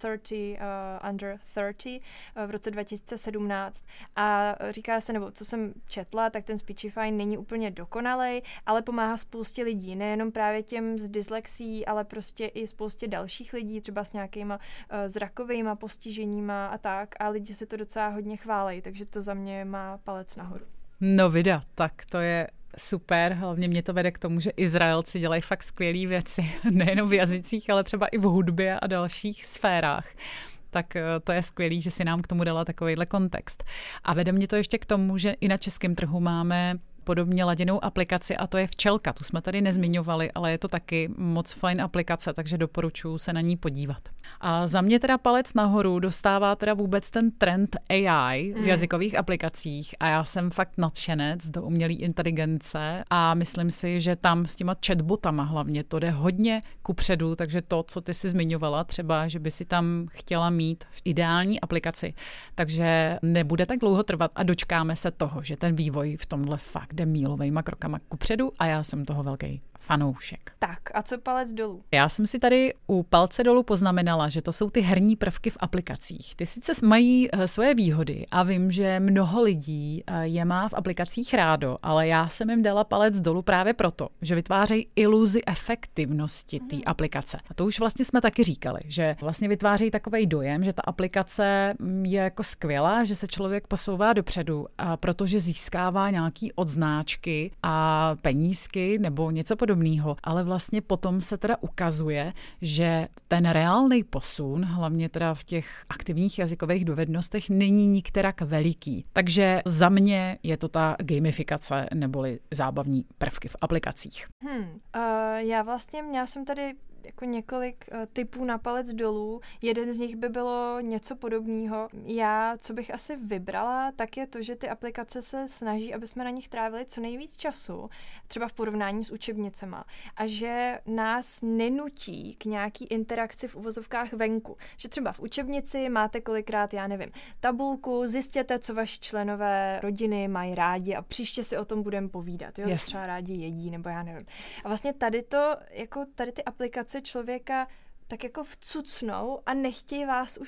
30 under 30 v roce 2017 a říká se, nebo co jsem četla, tak ten Speechify není úplně dokonalej, ale pomáhá spoustě lidí, nejenom právě těm s dyslexí, ale prostě i spoustě dalších lidí, třeba s nějakýma zrakovýma postiženíma a tak, a lidi se to docela hodně chválej, takže to za mě má palec nahoru.
No vida, tak to je super, hlavně mě to vede k tomu, že Izraelci dělají fakt skvělé věci, nejenom v jazycích, ale třeba i v hudbě a dalších sférách. Tak to je skvělý, že si nám k tomu dala takovejhle kontext. A vede mě to ještě k tomu, že i na českém trhu máme podobně laděnou aplikaci a to je Včelka. Tu jsme tady nezmiňovali, ale je to taky moc fajn aplikace, takže doporučuji se na ní podívat. A za mě teda palec nahoru dostává teda vůbec ten trend AI v jazykových aplikacích a já jsem fakt nadšenec do umělé inteligence a myslím si, že tam s těma chatbotama hlavně to jde hodně kupředu, takže to, co ty si zmiňovala, třeba, že by si tam chtěla mít v ideální aplikaci, takže nebude tak dlouho trvat a dočkáme se toho, že ten vývoj v tomhle fakt jde mílovejma krokama kupředu a já jsem toho velký fanoušek.
Tak a co palec dolů?
Já jsem si tady u palce dolů poznamenala, že to jsou ty herní prvky v aplikacích. Ty sice mají svoje výhody a vím, že mnoho lidí je má v aplikacích rádo, ale já jsem jim dala palec dolů právě proto, že vytvářejí iluzi efektivnosti té aplikace. A to už vlastně jsme taky říkali, že vlastně vytvářejí takovej dojem, že ta aplikace je jako skvělá, že se člověk posouvá dopředu, a protože získává nějaký odznáčky a penízky nebo něco podobného, ale vlastně potom se teda ukazuje, že ten reálný posun, hlavně teda v těch aktivních jazykových dovednostech, není nikterak veliký. Takže za mě je to ta gamifikace neboli zábavní prvky v aplikacích.
Měla jsem tady jako několik typů na palec dolů. Jeden z nich by bylo něco podobného. Já, co bych asi vybrala, tak je to, že ty aplikace se snaží, aby jsme na nich trávili co nejvíc času, třeba v porovnání s učebnicema. A že nás nenutí k nějaký interakci v uvozovkách venku. Že třeba v učebnici máte kolikrát, já nevím, tabulku, zjistěte, co vaši členové rodiny mají rádi a příště si o tom budeme povídat. Jo? Třeba rádi jedí, nebo já nevím. A vlastně tady ty aplikace člověka tak jako vcucnou a nechtějí vás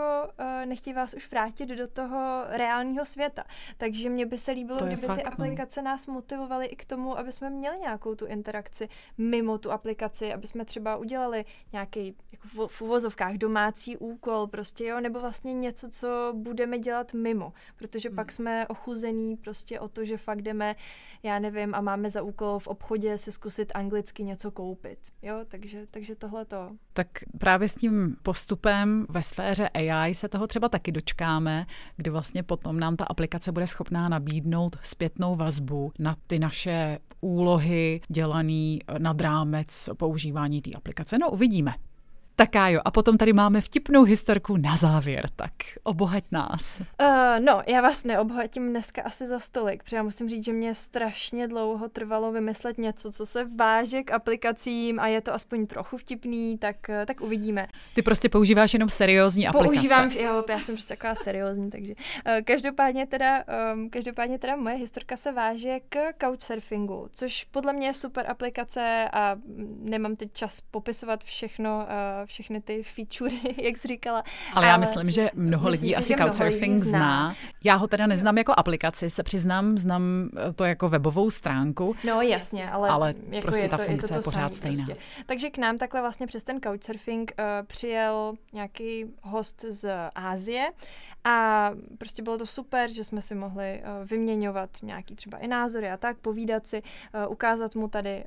už vrátit do toho reálního světa. Takže mně by se líbilo, kdyby ty aplikace nás motivovaly i k tomu, aby jsme měli nějakou tu interakci mimo tu aplikaci, aby jsme třeba udělali nějaký jako v uvozovkách domácí úkol prostě, jo, nebo vlastně něco, co budeme dělat mimo, protože pak jsme ochuzení prostě o to, že fakt jdeme, já nevím, a máme za úkol v obchodě si zkusit anglicky něco koupit, jo, takže tohleto.
Tak právě s tím postupem ve sféře AI se toho třeba taky dočkáme, kdy vlastně potom nám ta aplikace bude schopná nabídnout zpětnou vazbu na ty naše úlohy dělaný nad rámec používání té aplikace. No, uvidíme. Tak jo, a potom tady máme vtipnou historku na závěr, tak obohať nás.
No, já vás neobohatím dneska asi za stolik, protože já musím říct, že mě strašně dlouho trvalo vymyslet něco, co se váže k aplikacím a je to aspoň trochu vtipný, tak uvidíme.
Ty prostě používáš jenom seriózní aplikace.
Používám, jo, já jsem prostě taková seriózní, takže každopádně teda moje historka se váže k couchsurfingu, což podle mě je super aplikace a nemám teď čas popisovat všechny ty featurey, jak jsi říkala.
Ale já myslím, že mnoho lidí asi couchsurfing zná. Já ho teda neznám jako aplikaci, se přiznám, znám to jako webovou stránku.
No jasně, ale jako
prostě ta funkce je pořád stejná.
Prostě. Takže k nám takhle vlastně přes ten couchsurfing přijel nějaký host z Asie a prostě bylo to super, že jsme si mohli vyměňovat nějaký třeba i názory a tak, povídat si, ukázat mu tady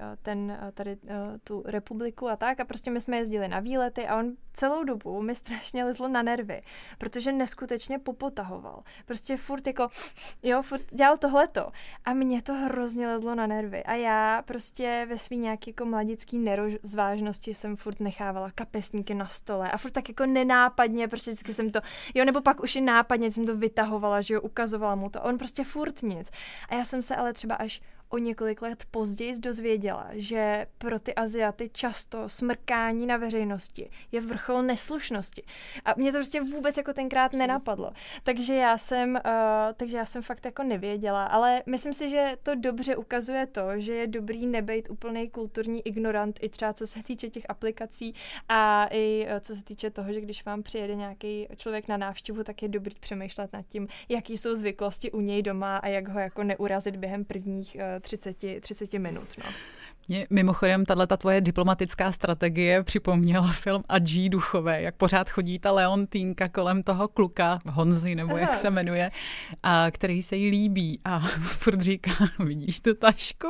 tu republiku a tak a prostě my jsme jezdili na výlety a on celou dobu mi strašně lezlo na nervy, protože neskutečně popotahoval. Prostě furt dělal tohleto a mě to hrozně lezlo na nervy a já prostě ve svý nějaký jako mladický nerozvážnosti jsem furt nechávala kapesníky na stole a furt tak jako nenápadně, prostě vždycky jsem to, nebo pak už i nápadně jsem to vytahovala, že jo, ukazovala mu to. On prostě furt nic. A já jsem se ale třeba až o několik let později dozvěděla, že pro ty Aziaty často smrkání na veřejnosti je vrchol neslušnosti. A mě to prostě vůbec jako tenkrát nenapadlo. Takže já jsem fakt jako nevěděla, ale myslím si, že to dobře ukazuje to, že je dobrý nebejt úplnej kulturní ignorant i třeba co se týče těch aplikací a i co se týče toho, že když vám přijede nějaký člověk na návštěvu, tak je dobrý přemýšlet nad tím, jaký jsou zvyklosti u něj doma a jak ho jako neurazit během prvních 30 minut, no.
Mě mimochodem tato tvoje diplomatická strategie připomněla film Adží Duchové, jak pořád chodí ta Leontýnka kolem toho kluka, Honzy nebo jak se jmenuje, a který se jí líbí a furt říká, vidíš tu tašku?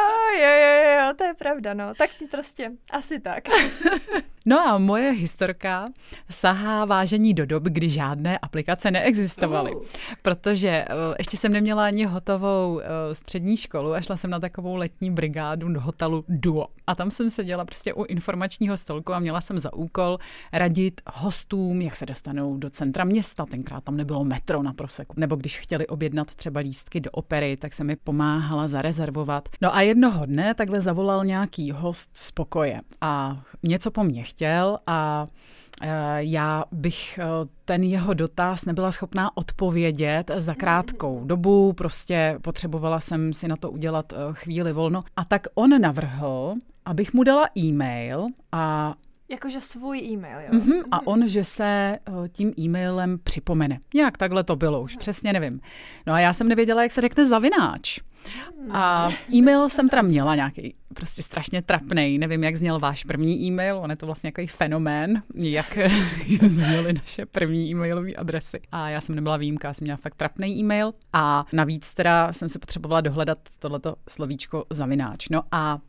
Jo, to je pravda, no. Tak prostě, asi tak.
No a moje historka sahá vážení do dob, kdy žádné aplikace neexistovaly. Protože ještě jsem neměla ani hotovou střední školu a šla jsem na takovou letní brigádu do hotelu Duo. A tam jsem seděla prostě u informačního stolku a měla jsem za úkol radit hostům, jak se dostanou do centra města. Tenkrát tam nebylo metro na Proseku. Nebo když chtěli objednat třeba lístky do opery, tak jsem mi pomáhala zarezervovat. No a jednoho dne takhle zavolal nějaký host z pokoje a něco po mně chtěl a já bych ten jeho dotaz nebyla schopná odpovědět za krátkou dobu, prostě potřebovala jsem si na to udělat chvíli volno. A tak on navrhl, abych mu dala e-mail a
jakože svůj e-mail, jo?
A on, že se tím e-mailem připomene. Nějak takhle to bylo, už přesně nevím. No a já jsem nevěděla, jak se řekne zavináč. A e-mail jsem teda měla nějaký prostě strašně trapnej. Nevím, jak zněl váš první e-mail, on je to vlastně nějaký fenomén, jak zněly naše první e-mailové adresy. A já jsem nebyla výjimka, já jsem měla fakt trapnej e-mail a navíc teda jsem si potřebovala dohledat tohleto slovíčko zavináč. No a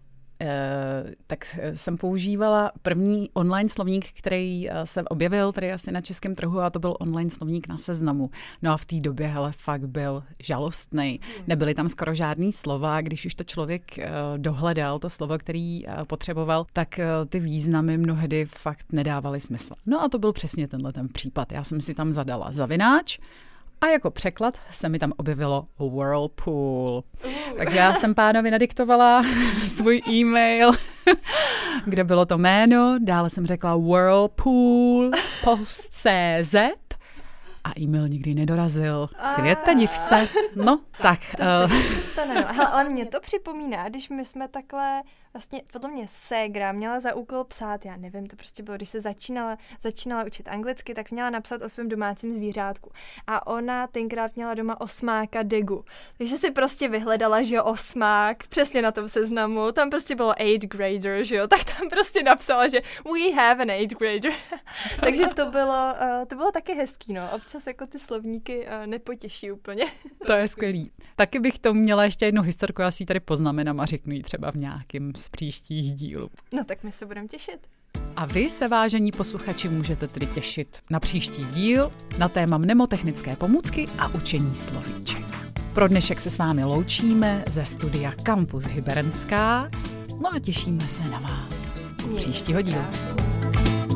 tak jsem používala první online slovník, který se objevil tady asi na českém trhu a to byl online slovník na Seznamu. No a v té době, hele, fakt byl žalostnej. Nebyly tam skoro žádný slova, když už to člověk dohledal, to slovo, který potřeboval, tak ty významy mnohdy fakt nedávaly smysl. No a to byl přesně tenhle ten případ. Já jsem si tam zadala zavináč, a jako překlad se mi tam objevilo Whirlpool. Takže já jsem pánovi nadiktovala svůj e-mail, kde bylo to jméno, dále jsem řekla Whirlpool post.cz a e-mail nikdy nedorazil. Světe, div se. No, tak.
Ale mě to připomíná, když my jsme takhle vlastně podle mě ségra měla za úkol psát, já nevím, to prostě bylo, když se začínala učit anglicky, tak měla napsat o svém domácím zvířátku. A ona tenkrát měla doma osmáka Degu. Takže si prostě vyhledala, že jo, osmák, přesně na tom seznamu, tam prostě bylo 8th grader, že jo, tak tam prostě napsala, že we have an 8th grader. Takže to bylo taky hezký, no. Občas jako ty slovníky nepotěší úplně.
To je skvělý. Taky bych to měla ještě jednu historku, já si ji tady poznamenám a řeknu ji třeba v nějakém z příštích dílů.
No tak my se budeme těšit.
A vy se, vážení posluchači, můžete tedy těšit na příští díl na téma mnemotechnické pomůcky a učení slovíček. Pro dnešek se s vámi loučíme ze studia Campus Hybernská, no a těšíme se na vás u příštího dílu.